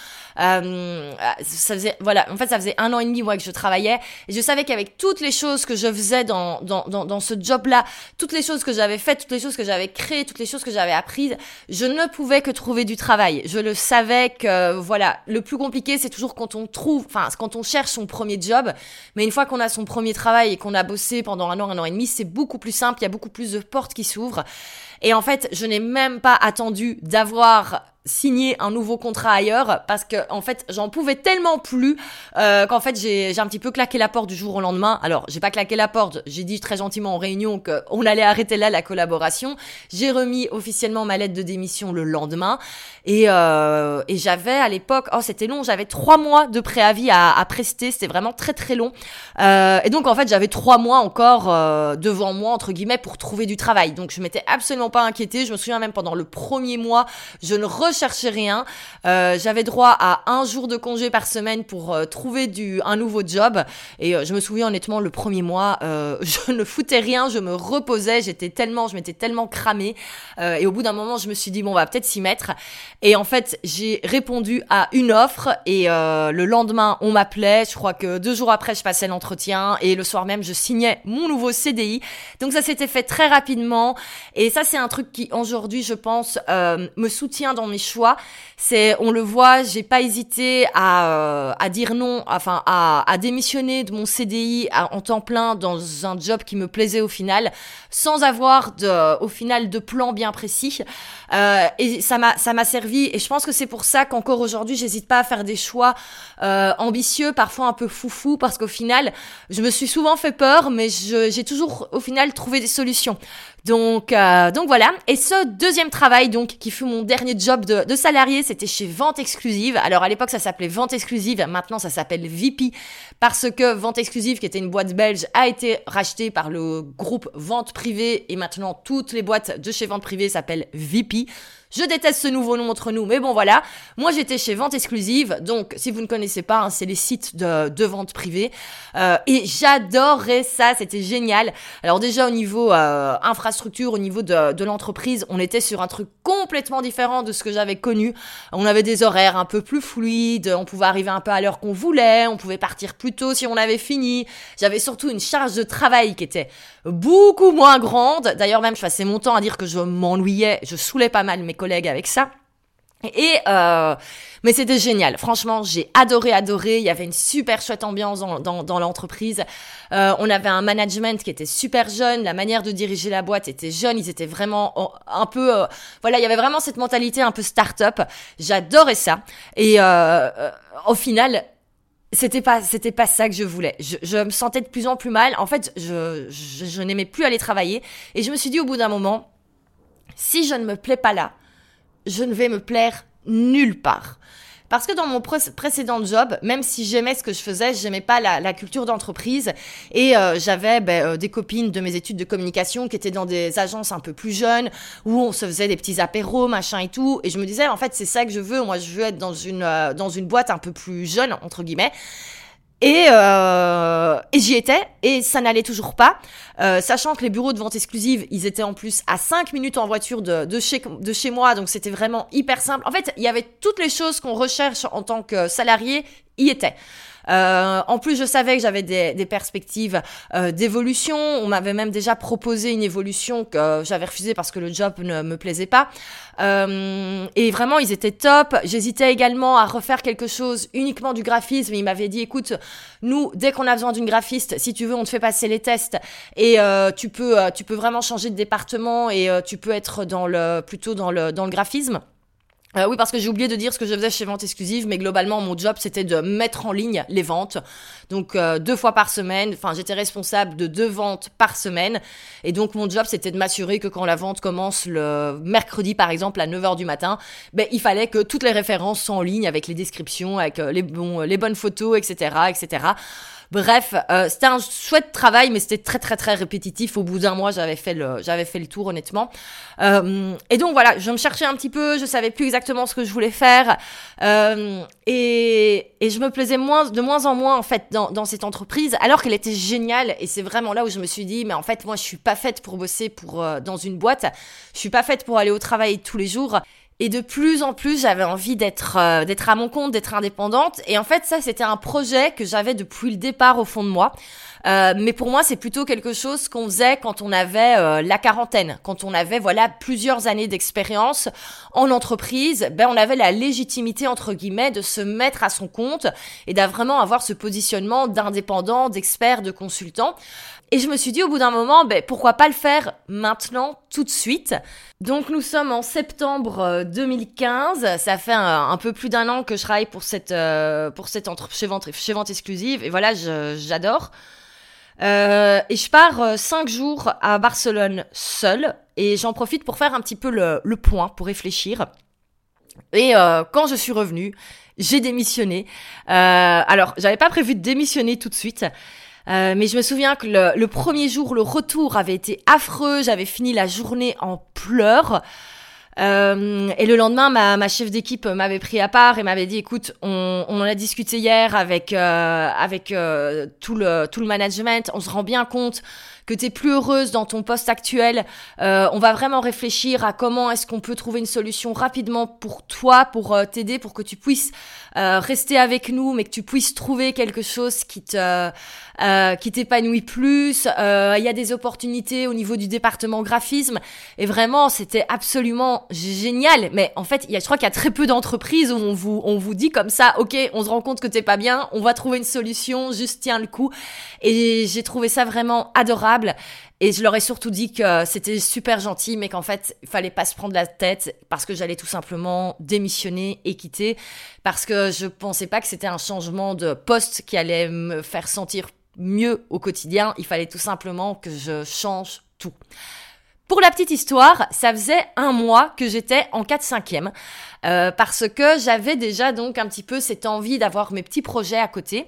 ça faisait 1 an et demi que je travaillais, et je savais qu'avec toutes les choses que je faisais dans ce job-là, toutes les choses que j'avais faites, toutes les choses que j'avais créées, toutes les choses que j'avais apprises, je ne pouvais que trouver du travail. Je le savais que, le plus compliqué, c'est toujours quand on cherche son premier job. Mais une fois qu'on a son premier travail et qu'on a bossé pendant 1 an et demi, c'est beaucoup plus simple, il y a beaucoup plus de portes qui s'ouvrent. Et en fait, je n'ai même pas attendu d'avoir signé un nouveau contrat ailleurs, parce que en fait j'en pouvais tellement plus qu'en fait j'ai un petit peu claqué la porte du jour au lendemain. Alors j'ai pas claqué la porte, j'ai dit très gentiment en réunion qu'on allait arrêter là la collaboration. J'ai remis officiellement ma lettre de démission le lendemain, et j'avais à l'époque, c'était long, j'avais 3 mois de préavis à prester, c'était vraiment très très long, et donc en fait j'avais 3 mois encore devant moi entre guillemets pour trouver du travail. Donc je m'étais absolument pas inquiétée. Je me souviens même pendant le premier mois, je ne recherchais rien. J'avais droit à 1 jour de congé par semaine pour trouver un nouveau job. Et je me souviens honnêtement, le premier mois, je ne foutais rien, je me reposais, je m'étais tellement cramée. Et au bout d'un moment, je me suis dit, bon, on va peut-être s'y mettre. Et en fait, j'ai répondu à une offre, et le lendemain, on m'appelait. Je crois que 2 jours après, je passais l'entretien, et le soir même, je signais mon nouveau CDI. Donc ça s'était fait très rapidement. Et ça, c'est un truc qui, aujourd'hui, je pense, me soutient dans mes choix. On le voit, j'ai pas hésité à dire non, à démissionner de mon CDI en temps plein dans un job qui me plaisait au final, sans avoir au final de plan bien précis. Et ça m'a servi, et je pense que c'est pour ça qu'encore aujourd'hui, j'hésite pas à faire des choix ambitieux, parfois un peu foufou, parce qu'au final, je me suis souvent fait peur, mais j'ai toujours au final trouvé des solutions. Donc voilà. Et ce deuxième travail, donc, qui fut mon dernier job de salarié, c'était chez Vente Exclusive. Alors à l'époque, ça s'appelait Vente Exclusive, maintenant ça s'appelle VP, parce que Vente Exclusive, qui était une boîte belge, a été rachetée par le groupe Vente Privée, et maintenant toutes les boîtes de chez Vente Privée s'appellent VP. Je déteste ce nouveau nom entre nous, mais bon voilà. Moi j'étais chez Vente Exclusive, donc si vous ne connaissez pas, c'est les sites de vente privée, et j'adorais ça, c'était génial. Alors déjà au niveau infrastructure, au niveau de l'entreprise, on était sur un truc complètement différent de ce que j'avais connu. On avait des horaires un peu plus fluides, on pouvait arriver un peu à l'heure qu'on voulait, on pouvait partir plus tôt si on avait fini. J'avais surtout une charge de travail qui était beaucoup moins grande. D'ailleurs même je passais mon temps à dire que je m'ennuyais, je saoulais pas mal mes collègues avec ça. Mais c'était génial. Franchement, j'ai adoré. Il y avait une super chouette ambiance dans l'entreprise. On avait un management qui était super jeune. La manière de diriger la boîte était jeune. Ils étaient vraiment un peu, il y avait vraiment cette mentalité un peu start-up. J'adorais ça. Et au final, c'était pas ça que je voulais. Je me sentais de plus en plus mal. En fait, je n'aimais plus aller travailler. Et je me suis dit au bout d'un moment, si je ne me plais pas là, je ne vais me plaire nulle part. Parce que dans mon précédent job, même si j'aimais ce que je faisais, j'aimais pas la culture d'entreprise. Et j'avais des copines de mes études de communication qui étaient dans des agences un peu plus jeunes, où on se faisait des petits apéros, machin et tout. Et je me disais, en fait, c'est ça que je veux. Moi, je veux être dans une boîte un peu plus jeune, entre guillemets. Et j'y étais, et ça n'allait toujours pas, sachant que les bureaux de vente exclusive, ils étaient en plus à 5 minutes en voiture de chez moi, donc c'était vraiment hyper simple. En fait, il y avait toutes les choses qu'on recherche en tant que salarié, y étaient. En plus, je savais que j'avais des perspectives d'évolution. On m'avait même déjà proposé une évolution que j'avais refusée parce que le job ne me plaisait pas. Et vraiment, ils étaient top. J'hésitais également à refaire quelque chose uniquement du graphisme. Ils m'avaient dit, écoute, nous, dès qu'on a besoin d'une graphiste, si tu veux, on te fait passer les tests et tu peux vraiment changer de département et tu peux être plutôt dans le graphisme. Oui, parce que j'ai oublié de dire ce que je faisais chez Vente Exclusive, mais globalement, mon job, c'était de mettre en ligne les ventes. Donc, 2 fois par semaine, j'étais responsable de 2 ventes par semaine. Et donc, mon job, c'était de m'assurer que quand la vente commence le mercredi, par exemple, à 9h du matin, il fallait que toutes les références soient en ligne avec les descriptions, avec les bonnes photos, etc., etc. Bref, c'était un chouette travail, mais c'était très très très répétitif. Au bout d'un mois, j'avais fait le tour, honnêtement. Et donc voilà, je me cherchais un petit peu, je savais plus exactement ce que je voulais faire, et je me plaisais de moins en moins en fait dans cette entreprise, alors qu'elle était géniale. Et c'est vraiment là où je me suis dit, mais en fait, moi, je suis pas faite pour bosser dans une boîte. Je suis pas faite pour aller au travail tous les jours. Et de plus en plus, j'avais envie d'être à mon compte, d'être indépendante. Et en fait, ça, c'était un projet que j'avais depuis le départ au fond de moi. Mais pour moi, c'est plutôt quelque chose qu'on faisait quand on avait la quarantaine, quand on avait plusieurs années d'expérience en entreprise. On avait la légitimité entre guillemets de se mettre à son compte et de vraiment avoir ce positionnement d'indépendant, d'expert, de consultant. Et je me suis dit au bout d'un moment, pourquoi pas le faire maintenant, tout de suite. Donc nous sommes en septembre 2015, ça fait un peu plus d'1 an que je travaille pour cette chez Vente Exclusive, et voilà, j'adore. Et je pars 5 jours à Barcelone seule, et j'en profite pour faire un petit peu le point, pour réfléchir. Et quand je suis revenue, j'ai démissionné. Alors, j'avais pas prévu de démissionner tout de suite. Mais je me souviens que le premier jour, le retour avait été affreux. J'avais fini la journée en pleurs. Et le lendemain, ma chef d'équipe m'avait pris à part et m'avait dit, écoute, on en a discuté hier avec tout le management. On se rend bien compte que t'es plus heureuse dans ton poste actuel. On va vraiment réfléchir à comment est-ce qu'on peut trouver une solution rapidement pour toi, pour t'aider, pour que tu puisses rester avec nous, mais que tu puisses trouver quelque chose qui t'épanouit plus. Il y a des opportunités au niveau du département graphisme, et vraiment c'était absolument génial. Mais en fait, je crois qu'il y a très peu d'entreprises où on vous dit comme ça, ok, on se rend compte que t'es pas bien, on va trouver une solution, juste tiens le coup. Et j'ai trouvé ça vraiment adorable. Et je leur ai surtout dit que c'était super gentil, mais qu'en fait, il fallait pas se prendre la tête parce que j'allais tout simplement démissionner et quitter, parce que je pensais pas que c'était un changement de poste qui allait me faire sentir mieux au quotidien. Il fallait tout simplement que je change tout. Pour la petite histoire, ça faisait 1 mois que j'étais en 4/5e, parce que j'avais déjà donc un petit peu cette envie d'avoir mes petits projets à côté.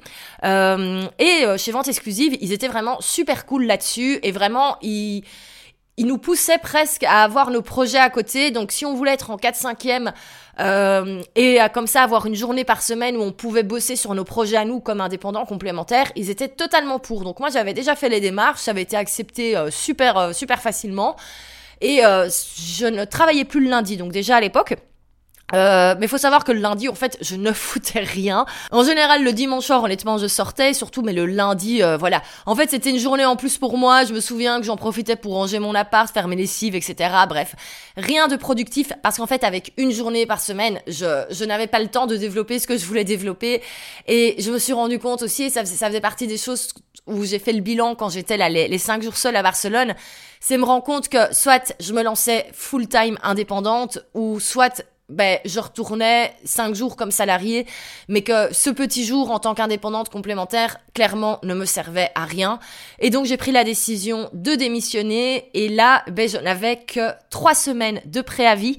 Et chez Vente Exclusive, ils étaient vraiment super cool là-dessus, et vraiment, ils nous poussaient presque à avoir nos projets à côté. Donc si on voulait être en 4/5e et comme ça avoir une journée par semaine où on pouvait bosser sur nos projets à nous comme indépendants complémentaires, ils étaient totalement pour. Donc moi, j'avais déjà fait les démarches, ça avait été accepté super facilement, et je ne travaillais plus le lundi, donc déjà à l'époque. Mais faut savoir que le lundi, en fait, je ne foutais rien. En général, le dimanche soir, honnêtement, je sortais, surtout, mais le lundi, voilà. En fait, c'était une journée en plus pour moi. Je me souviens que j'en profitais pour ranger mon appart, faire mes lessives, etc. Bref, rien de productif, parce qu'en fait, avec une journée par semaine, je n'avais pas le temps de développer ce que je voulais développer. Et je me suis rendu compte aussi, et ça faisait partie des choses où j'ai fait le bilan quand j'étais là les 5 jours seule à Barcelone, c'est me rendre compte que soit je me lançais full-time indépendante, ou soit je retournais 5 jours comme salariée, mais que ce petit jour en tant qu'indépendante complémentaire, clairement, ne me servait à rien. Et donc, j'ai pris la décision de démissionner, et là, je n'avais que 3 semaines de préavis.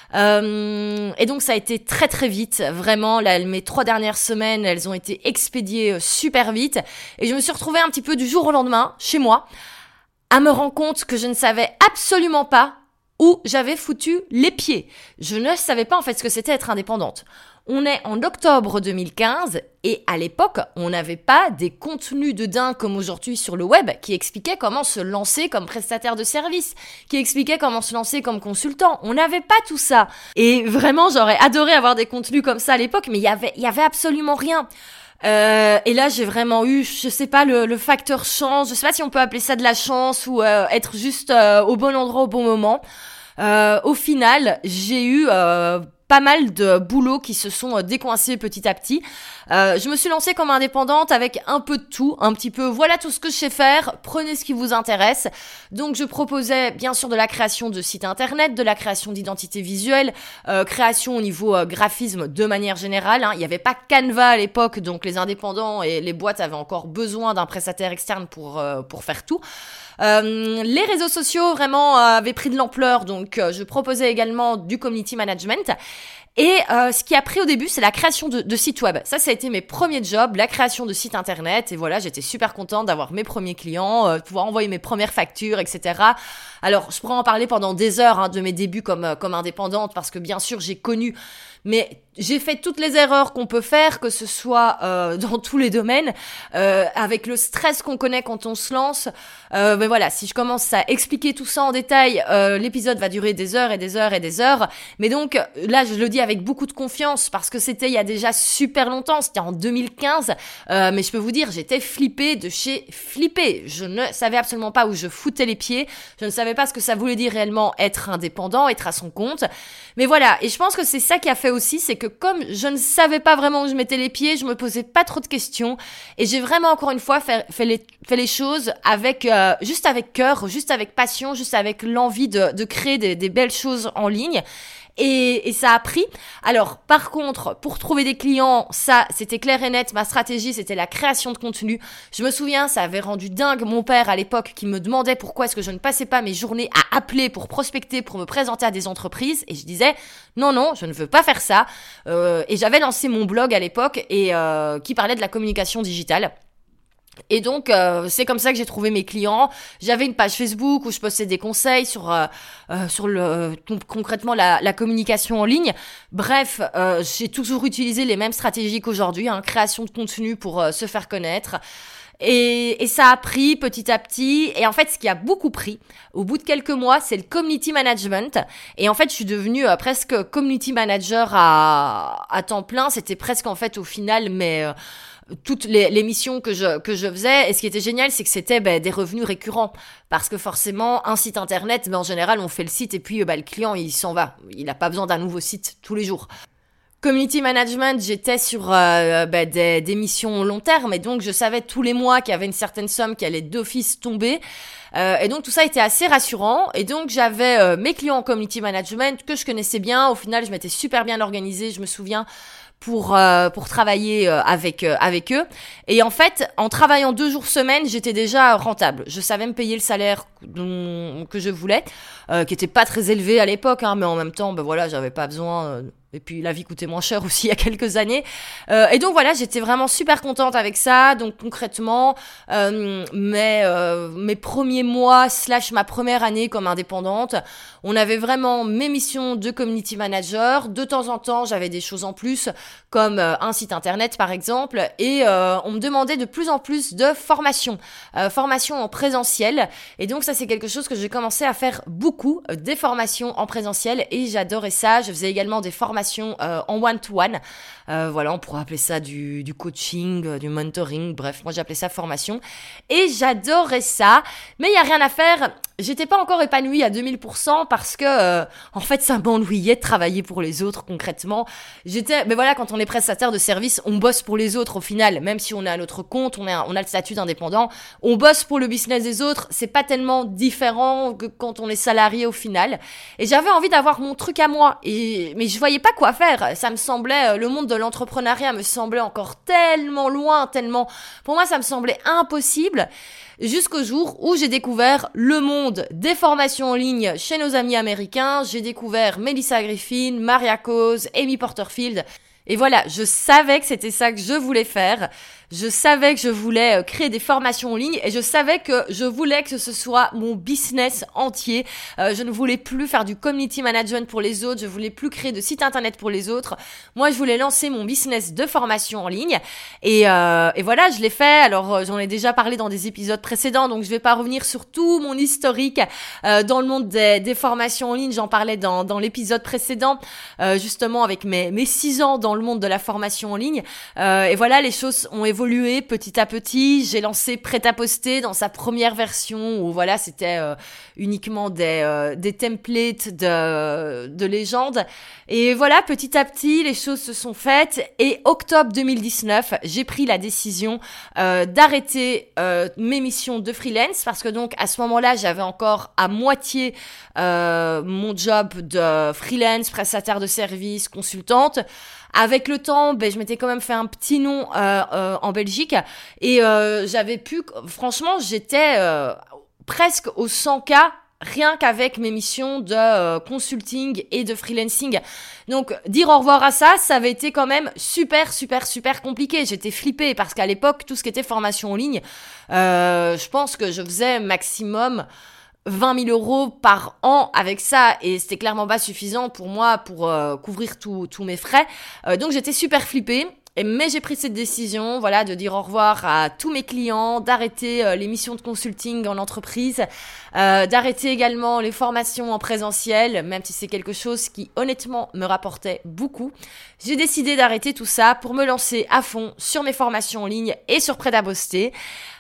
Et donc, ça a été très très vite, vraiment. Là, mes 3 dernières semaines, elles ont été expédiées super vite, et je me suis retrouvée un petit peu du jour au lendemain, chez moi, à me rendre compte que je ne savais absolument pas où j'avais foutu les pieds. Je ne savais pas en fait ce que c'était être indépendante. On est en octobre 2015, et à l'époque, on n'avait pas des contenus de dingue comme aujourd'hui sur le web qui expliquaient comment se lancer comme prestataire de service, qui expliquaient comment se lancer comme consultant. On n'avait pas tout ça. Et vraiment, j'aurais adoré avoir des contenus comme ça à l'époque, mais il y avait absolument rien. Et là, j'ai vraiment eu, je sais pas, le facteur chance. Je sais pas si on peut appeler ça de la chance ou être juste au bon endroit au bon moment. Au final, j'ai eu pas mal de boulots qui se sont décoincés petit à petit. Je me suis lancée comme indépendante avec un peu de tout, un petit peu, voilà tout ce que je sais faire, prenez ce qui vous intéresse. Donc je proposais bien sûr de la création de sites internet, de la création d'identités visuelles, création au niveau graphisme de manière générale. Il n'y avait pas Canva à l'époque, donc les indépendants et les boîtes avaient encore besoin d'un prestataire externe pour faire tout. Les réseaux sociaux vraiment avaient pris de l'ampleur, donc je proposais également du community management. Et ce qui a pris au début, c'est la création de sites web. Ça a été mes premiers jobs, la création de sites internet. Et voilà, j'étais super contente d'avoir mes premiers clients, de pouvoir envoyer mes premières factures, etc. Alors, je pourrais en parler pendant des heures de mes débuts comme indépendante, parce que bien sûr, j'ai connu, mais j'ai fait toutes les erreurs qu'on peut faire, que ce soit dans tous les domaines, avec le stress qu'on connaît quand on se lance. Mais voilà, si je commence à expliquer tout ça en détail, l'épisode va durer des heures et des heures et des heures. Mais donc là, je le dis avec beaucoup de confiance parce que c'était il y a déjà super longtemps, c'était en 2015. Mais je peux vous dire, j'étais flippée de chez flippée. Je ne savais absolument pas où je foutais les pieds. Je ne savais pas ce que ça voulait dire réellement être indépendant, être à son compte. Mais voilà, et je pense que c'est ça qui a fait aussi, c'est que comme je ne savais pas vraiment où je mettais les pieds, je me posais pas trop de questions et j'ai vraiment encore une fois fait les choses avec juste avec cœur, juste avec passion, juste avec l'envie de créer des belles choses en ligne. Et ça a pris. Alors, par contre, pour trouver des clients, ça, c'était clair et net. Ma stratégie, c'était la création de contenu. Je me souviens, ça avait rendu dingue mon père à l'époque qui me demandait pourquoi est-ce que je ne passais pas mes journées à appeler pour prospecter, pour me présenter à des entreprises. Et je disais, non, je ne veux pas faire ça. Et j'avais lancé mon blog à l'époque et qui parlait de la communication digitale. Et donc, c'est comme ça que j'ai trouvé mes clients. J'avais une page Facebook où je postais des conseils sur concrètement la communication en ligne. Bref, j'ai toujours utilisé les mêmes stratégies qu'aujourd'hui, création de contenu pour se faire connaître. Et ça a pris petit à petit. Et en fait, ce qui a beaucoup pris, au bout de quelques mois, c'est le community management. Et en fait, je suis devenue presque community manager à temps plein. C'était presque en fait au final, mais toutes les missions que je faisais. Et ce qui était génial, c'est que c'était des revenus récurrents. Parce que forcément, un site internet, en général, on fait le site et puis le client, il s'en va. Il n'a pas besoin d'un nouveau site tous les jours. Community management, j'étais sur des missions long terme et donc je savais tous les mois qu'il y avait une certaine somme qui allait d'office tomber. Et donc tout ça était assez rassurant. Et donc j'avais mes clients en community management que je connaissais bien. Au final, je m'étais super bien organisée, je me souviens, pour travailler avec eux. Et en fait, en travaillant 2 jours semaine, j'étais déjà rentable. Je savais me payer le salaire que je voulais, qui était pas très élevé à l'époque, mais en même temps, j'avais pas besoin. Et puis la vie coûtait moins cher aussi il y a quelques années. Et donc voilà, j'étais vraiment super contente avec ça. Donc concrètement, mes premiers mois / ma première année comme indépendante, on avait vraiment mes missions de community manager. De temps en temps, j'avais des choses en plus, comme un site internet par exemple. Et on me demandait de plus en plus de formations en présentiel. Et donc ça, c'est quelque chose que j'ai commencé à faire beaucoup, des formations en présentiel. Et j'adorais ça. Je faisais également des formations en one-to-one. On pourrait appeler ça du coaching, du mentoring. Bref, moi j'appelais ça formation. Et j'adorais ça. Mais il n'y a rien à faire. J'étais pas encore épanouie à 2000% parce que, en fait, ça m'ennuyait de travailler pour les autres concrètement. Quand on est prestataire de service, on bosse pour les autres au final. Même si on est à notre compte, on a le statut d'indépendant, on bosse pour le business des autres. C'est pas tellement différent que quand on est salarié au final. Et j'avais envie d'avoir mon truc à moi. Mais je voyais pas quoi faire. Ça me semblait, le monde de l'entrepreneuriat me semblait encore tellement loin, pour moi, ça me semblait impossible. Jusqu'au jour où j'ai découvert le monde des formations en ligne chez nos amis américains. J'ai découvert Melissa Griffin, Maria Coase, Amy Porterfield. Et voilà, je savais que c'était ça que je voulais faire. Je savais que je voulais créer des formations en ligne et je savais que je voulais que ce soit mon business entier. Je ne voulais plus faire du community management pour les autres. Je voulais plus créer de site internet pour les autres. Moi, je voulais lancer mon business de formation en ligne. Et voilà, je l'ai fait. Alors, j'en ai déjà parlé dans des épisodes précédents, donc je vais pas revenir sur tout mon historique dans le monde des formations en ligne. J'en parlais dans l'épisode précédent, justement avec mes 6 ans dans le monde de la formation en ligne. Et voilà, les choses ont évolué petit à petit. J'ai lancé Prêt-à-Poster dans sa première version où voilà, c'était uniquement des templates de légendes. Et voilà, petit à petit, les choses se sont faites. Et octobre 2019, j'ai pris la décision d'arrêter mes missions de freelance parce que donc à ce moment-là, j'avais encore à moitié mon job de freelance, prestataire de services, consultante. Avec le temps, je m'étais quand même fait un petit nom en Belgique et j'avais pu, franchement, j'étais presque aux 100K rien qu'avec mes missions de consulting et de freelancing. Donc, dire au revoir à ça, ça avait été quand même super compliqué. J'étais flippée parce qu'à l'époque, tout ce qui était formation en ligne, je pense que je faisais maximum 20 000 euros par an avec ça et c'était clairement pas suffisant pour moi pour couvrir tous mes frais. Donc j'étais super flippée. Mais j'ai pris cette décision, voilà, de dire au revoir à tous mes clients, d'arrêter les missions de consulting en entreprise, d'arrêter également les formations en présentiel, même si c'est quelque chose qui honnêtement me rapportait beaucoup. J'ai décidé d'arrêter tout ça pour me lancer à fond sur mes formations en ligne et sur Prêt-à-Poster.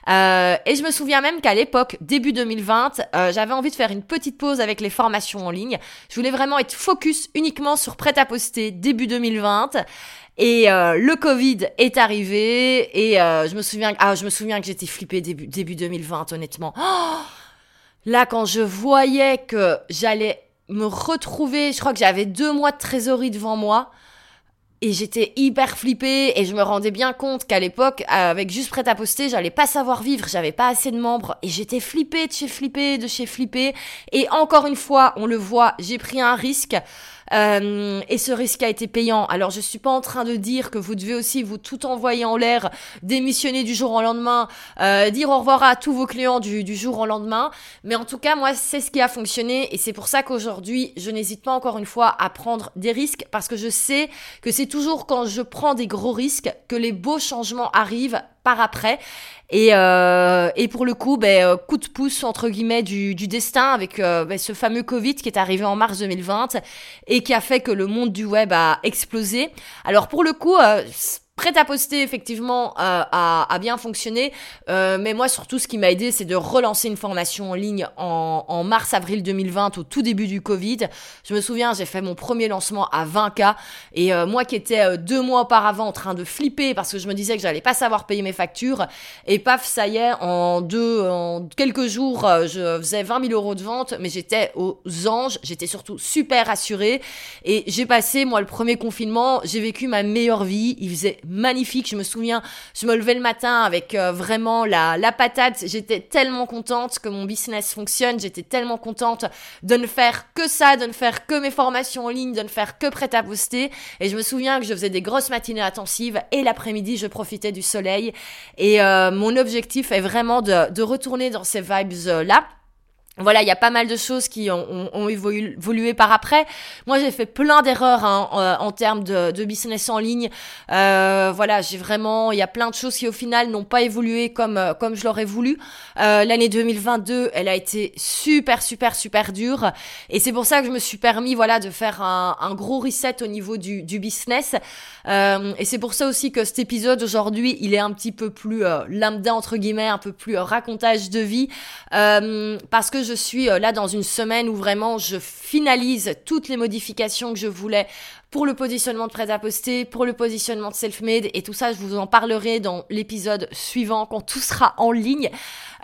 Et je me souviens même qu'à l'époque, début 2020, j'avais envie de faire une petite pause avec les formations en ligne. Je voulais vraiment être focus uniquement sur Prêt-à-Poster début 2020. Et le Covid est arrivé et je me souviens que j'étais flippée début 2020 honnêtement. Oh, là quand je voyais que j'allais me retrouver, je crois que j'avais 2 mois de trésorerie devant moi et j'étais hyper flippée et je me rendais bien compte qu'à l'époque avec juste Prêt-à-Poster, j'allais pas savoir vivre, j'avais pas assez de membres et j'étais flippée de chez flippée et encore une fois, on le voit, j'ai pris un risque. Et ce risque a été payant. Alors je suis pas en train de dire que vous devez aussi vous tout envoyer en l'air, démissionner du jour au lendemain, dire au revoir à tous vos clients du jour au lendemain. Mais en tout cas, moi, c'est ce qui a fonctionné et c'est pour ça qu'aujourd'hui, je n'hésite pas encore une fois à prendre des risques parce que je sais que c'est toujours quand je prends des gros risques que les beaux changements arrivent par après. Et pour le coup, coup de pouce entre guillemets du destin avec ce fameux Covid qui est arrivé en mars 2020 et qui a fait que le monde du web a explosé. Alors pour le coup, Prêt-à-Poster effectivement a bien fonctionné, mais moi surtout ce qui m'a aidé c'est de relancer une formation en ligne en mars-avril 2020 au tout début du Covid. Je me souviens, j'ai fait mon premier lancement à 20K et moi qui étais 2 mois auparavant en train de flipper parce que je me disais que j'allais pas savoir payer mes factures et paf, ça y est, en quelques jours je faisais 20 000 euros de vente, mais j'étais aux anges, j'étais surtout super rassurée et j'ai passé moi le premier confinement, j'ai vécu ma meilleure vie, il faisait magnifique, je me souviens, je me levais le matin avec vraiment la patate, j'étais tellement contente que mon business fonctionne, j'étais tellement contente de ne faire que ça, de ne faire que mes formations en ligne, de ne faire que Prêt-à-Poster et je me souviens que je faisais des grosses matinées intensives et l'après-midi je profitais du soleil et mon objectif est vraiment de retourner dans ces vibes là. Voilà, il y a pas mal de choses qui ont évolué par après. Moi, j'ai fait plein d'erreurs en termes de business en ligne. Voilà, il y a plein de choses qui au final n'ont pas évolué comme je l'aurais voulu. L'année 2022, elle a été super dure. Et c'est pour ça que je me suis permis, voilà, de faire un gros reset au niveau du business. Et c'est pour ça aussi que cet épisode aujourd'hui, il est un petit peu plus lambda entre guillemets, un peu plus racontage de vie, parce que je suis là dans une semaine où vraiment je finalise toutes les modifications que je voulais pour le positionnement de Prêt-à-Poster, pour le positionnement de Selfmade et tout ça, je vous en parlerai dans l'épisode suivant quand tout sera en ligne.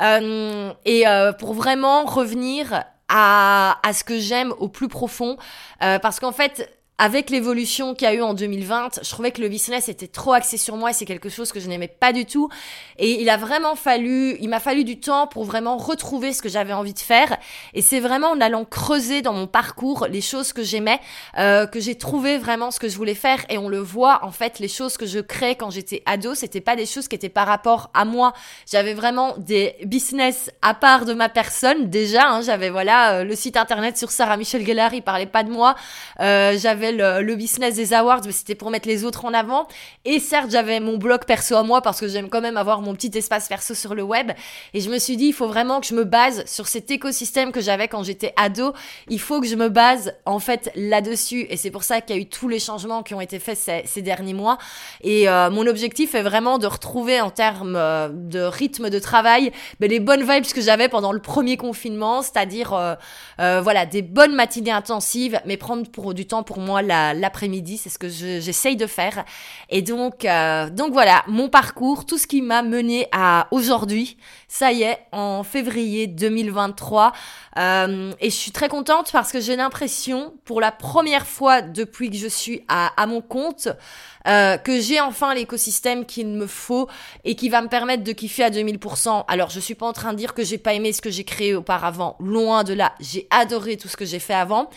Pour vraiment revenir à ce que j'aime au plus profond, parce qu'en fait, avec l'évolution qu'il y a eu en 2020, je trouvais que le business était trop axé sur moi et c'est quelque chose que je n'aimais pas du tout. Et il m'a fallu du temps pour vraiment retrouver ce que j'avais envie de faire. Et c'est vraiment en allant creuser dans mon parcours les choses que j'aimais, que j'ai trouvé vraiment ce que je voulais faire. Et on le voit, en fait, les choses que je créais quand j'étais ado, c'était pas des choses qui étaient par rapport à moi. J'avais vraiment des business à part de ma personne, déjà, hein. J'avais, le site internet sur Sarah Michelle Gellar, il parlait pas de moi. J'avais j'avais le business des awards, mais c'était pour mettre les autres en avant. Et certes, j'avais mon blog perso à moi parce que j'aime quand même avoir mon petit espace perso sur le web. Et je me suis dit, il faut vraiment que je me base sur cet écosystème que j'avais quand j'étais ado. Il faut que je me base en fait là-dessus. Et c'est pour ça qu'il y a eu tous les changements qui ont été faits ces derniers mois. Et mon objectif est vraiment de retrouver en termes de rythme de travail les bonnes vibes que j'avais pendant le premier confinement, c'est-à-dire voilà, des bonnes matinées intensives, mais prendre du temps pour moi l'après-midi, c'est ce que j'essaye de faire. Et donc voilà, mon parcours, tout ce qui m'a mené à aujourd'hui, ça y est, en février 2023. Et je suis très contente parce que j'ai l'impression, pour la première fois depuis que je suis à mon compte, que j'ai enfin l'écosystème qu'il me faut et qui va me permettre de kiffer à 2000%. Alors, je suis pas en train de dire que j'ai pas aimé ce que j'ai créé auparavant. Loin de là. J'ai adoré tout ce que j'ai fait avant.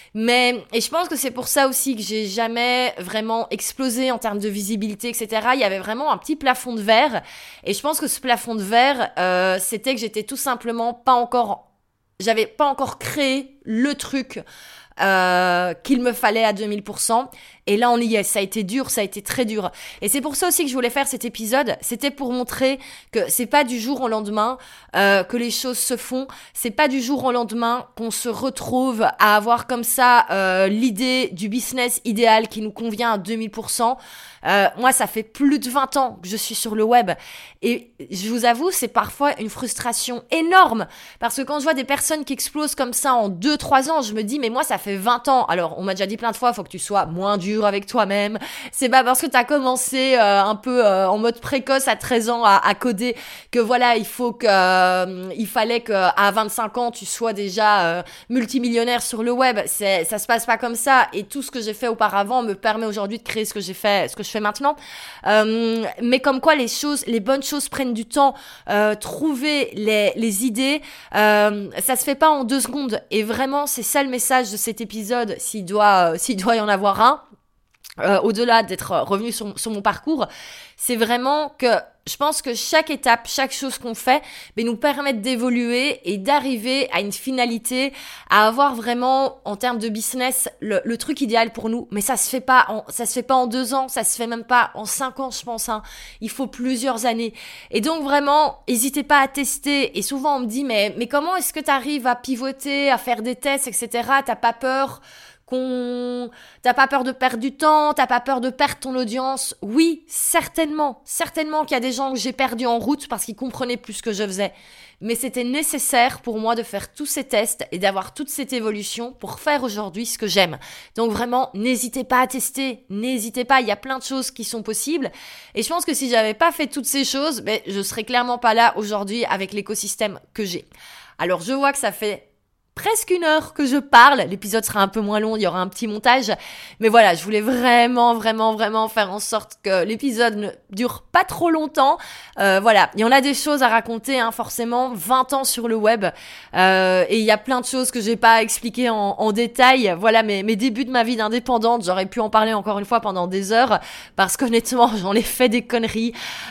Et je pense que c'est pour ça aussi que j'ai jamais vraiment explosé en termes de visibilité, etc. Il y avait vraiment un petit plafond de verre. Et je pense que ce plafond de verre, c'était que j'étais tout simplement j'avais pas encore créé le truc qu'il me fallait à 2000%. Et là, on y est. Ça a été dur, ça a été très dur. Et c'est pour ça aussi que je voulais faire cet épisode. C'était pour montrer que c'est pas du jour au lendemain que les choses se font. C'est pas du jour au lendemain qu'on se retrouve à avoir comme ça l'idée du business idéal qui nous convient à 2000%. Moi, ça fait plus de 20 ans que je suis sur le web. Et je vous avoue, c'est parfois une frustration énorme. Parce que quand je vois des personnes qui explosent comme ça en 2-3 ans, je me dis, mais moi, ça fait 20 ans. Alors, on m'a déjà dit plein de fois, faut que tu sois moins dur avec toi-même. C'est pas parce que t'as commencé un peu en mode précoce à 13 ans à coder que voilà, il fallait qu'à 25 ans, tu sois déjà multimillionnaire sur le web. Ça se passe pas comme ça. Et tout ce que j'ai fait auparavant me permet aujourd'hui de créer ce que je fais maintenant. Mais comme quoi les bonnes choses prennent du temps. Trouver les idées, ça se fait pas en 2 secondes. Et vraiment, c'est ça le message de cet épisode, s'il doit y en avoir un. Au-delà d'être revenu sur mon parcours, c'est vraiment que je pense que chaque étape, chaque chose qu'on fait, nous permettent d'évoluer et d'arriver à une finalité, à avoir vraiment, en termes de business, le truc idéal pour nous. Mais ça se fait pas en 2 ans, ça se fait même pas en 5 ans, je pense, hein. Il faut plusieurs années. Et donc vraiment, n'hésitez pas à tester. Et souvent on me dit, mais comment est-ce que tu arrives à pivoter, à faire des tests, etc. T'as pas peur de perdre du temps, t'as pas peur de perdre ton audience? Oui, certainement qu'il y a des gens que j'ai perdus en route parce qu'ils comprenaient plus ce que je faisais. Mais c'était nécessaire pour moi de faire tous ces tests et d'avoir toute cette évolution pour faire aujourd'hui ce que j'aime. Donc vraiment, n'hésitez pas à tester, n'hésitez pas, il y a plein de choses qui sont possibles. Et je pense que si j'avais pas fait toutes ces choses, je serais clairement pas là aujourd'hui avec l'écosystème que j'ai. Alors je vois que ça fait presque 1 heure que je parle. L'épisode sera un peu moins long, il y aura un petit montage. Mais voilà, je voulais vraiment faire en sorte que l'épisode ne dure pas trop longtemps. Voilà, il y en a des choses à raconter, hein, forcément. 20 ans sur le web. Et il y a plein de choses que j'ai pas expliquées en détail. Voilà, mes débuts de ma vie d'indépendante, j'aurais pu en parler encore une fois pendant des heures. Parce qu'honnêtement, j'en ai fait des conneries.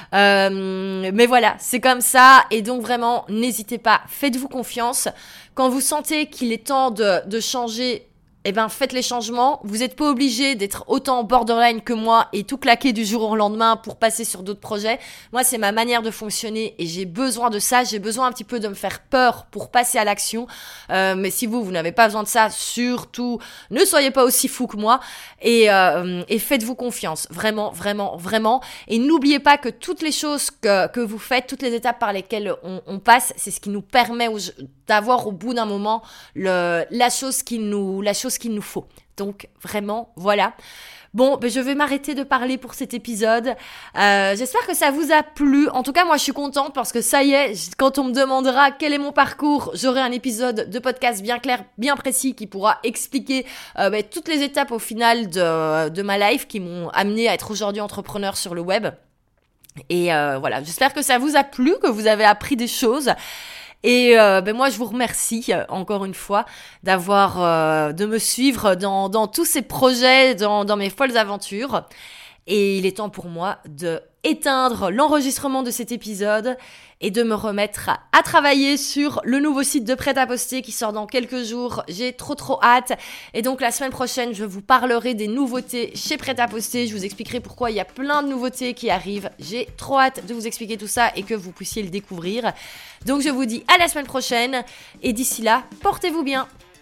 Mais voilà, c'est comme ça. Et donc vraiment, n'hésitez pas, faites-vous confiance. Quand vous sentez qu'il est temps de changer, faites les changements. Vous n'êtes pas obligé d'être autant borderline que moi et tout claquer du jour au lendemain pour passer sur d'autres projets. Moi, c'est ma manière de fonctionner et j'ai besoin de ça. J'ai besoin un petit peu de me faire peur pour passer à l'action. Mais si vous n'avez pas besoin de ça, surtout, ne soyez pas aussi fou que moi et faites-vous confiance. Vraiment. Et n'oubliez pas que toutes les choses que vous faites, toutes les étapes par lesquelles on passe, c'est ce qui nous permet d'avoir au bout d'un moment la chose qu'il nous faut. Donc vraiment, voilà. Bon, je vais m'arrêter de parler pour cet épisode. J'espère que ça vous a plu. En tout cas, moi, je suis contente parce que ça y est, quand on me demandera quel est mon parcours, j'aurai un épisode de podcast bien clair, bien précis qui pourra expliquer toutes les étapes au final de ma life qui m'ont amené à être aujourd'hui entrepreneur sur le web. Et voilà, j'espère que ça vous a plu, que vous avez appris des choses. Et moi, je vous remercie encore une fois de me suivre dans tous ces projets, dans mes folles aventures. Et il est temps pour moi de éteindre l'enregistrement de cet épisode et de me remettre à travailler sur le nouveau site de Prêt-à-Poster qui sort dans quelques jours. J'ai trop hâte. Et donc la semaine prochaine, je vous parlerai des nouveautés chez Prêt-à-Poster. Je vous expliquerai pourquoi il y a plein de nouveautés qui arrivent. J'ai trop hâte de vous expliquer tout ça et que vous puissiez le découvrir. Donc je vous dis à la semaine prochaine et d'ici là, portez-vous bien.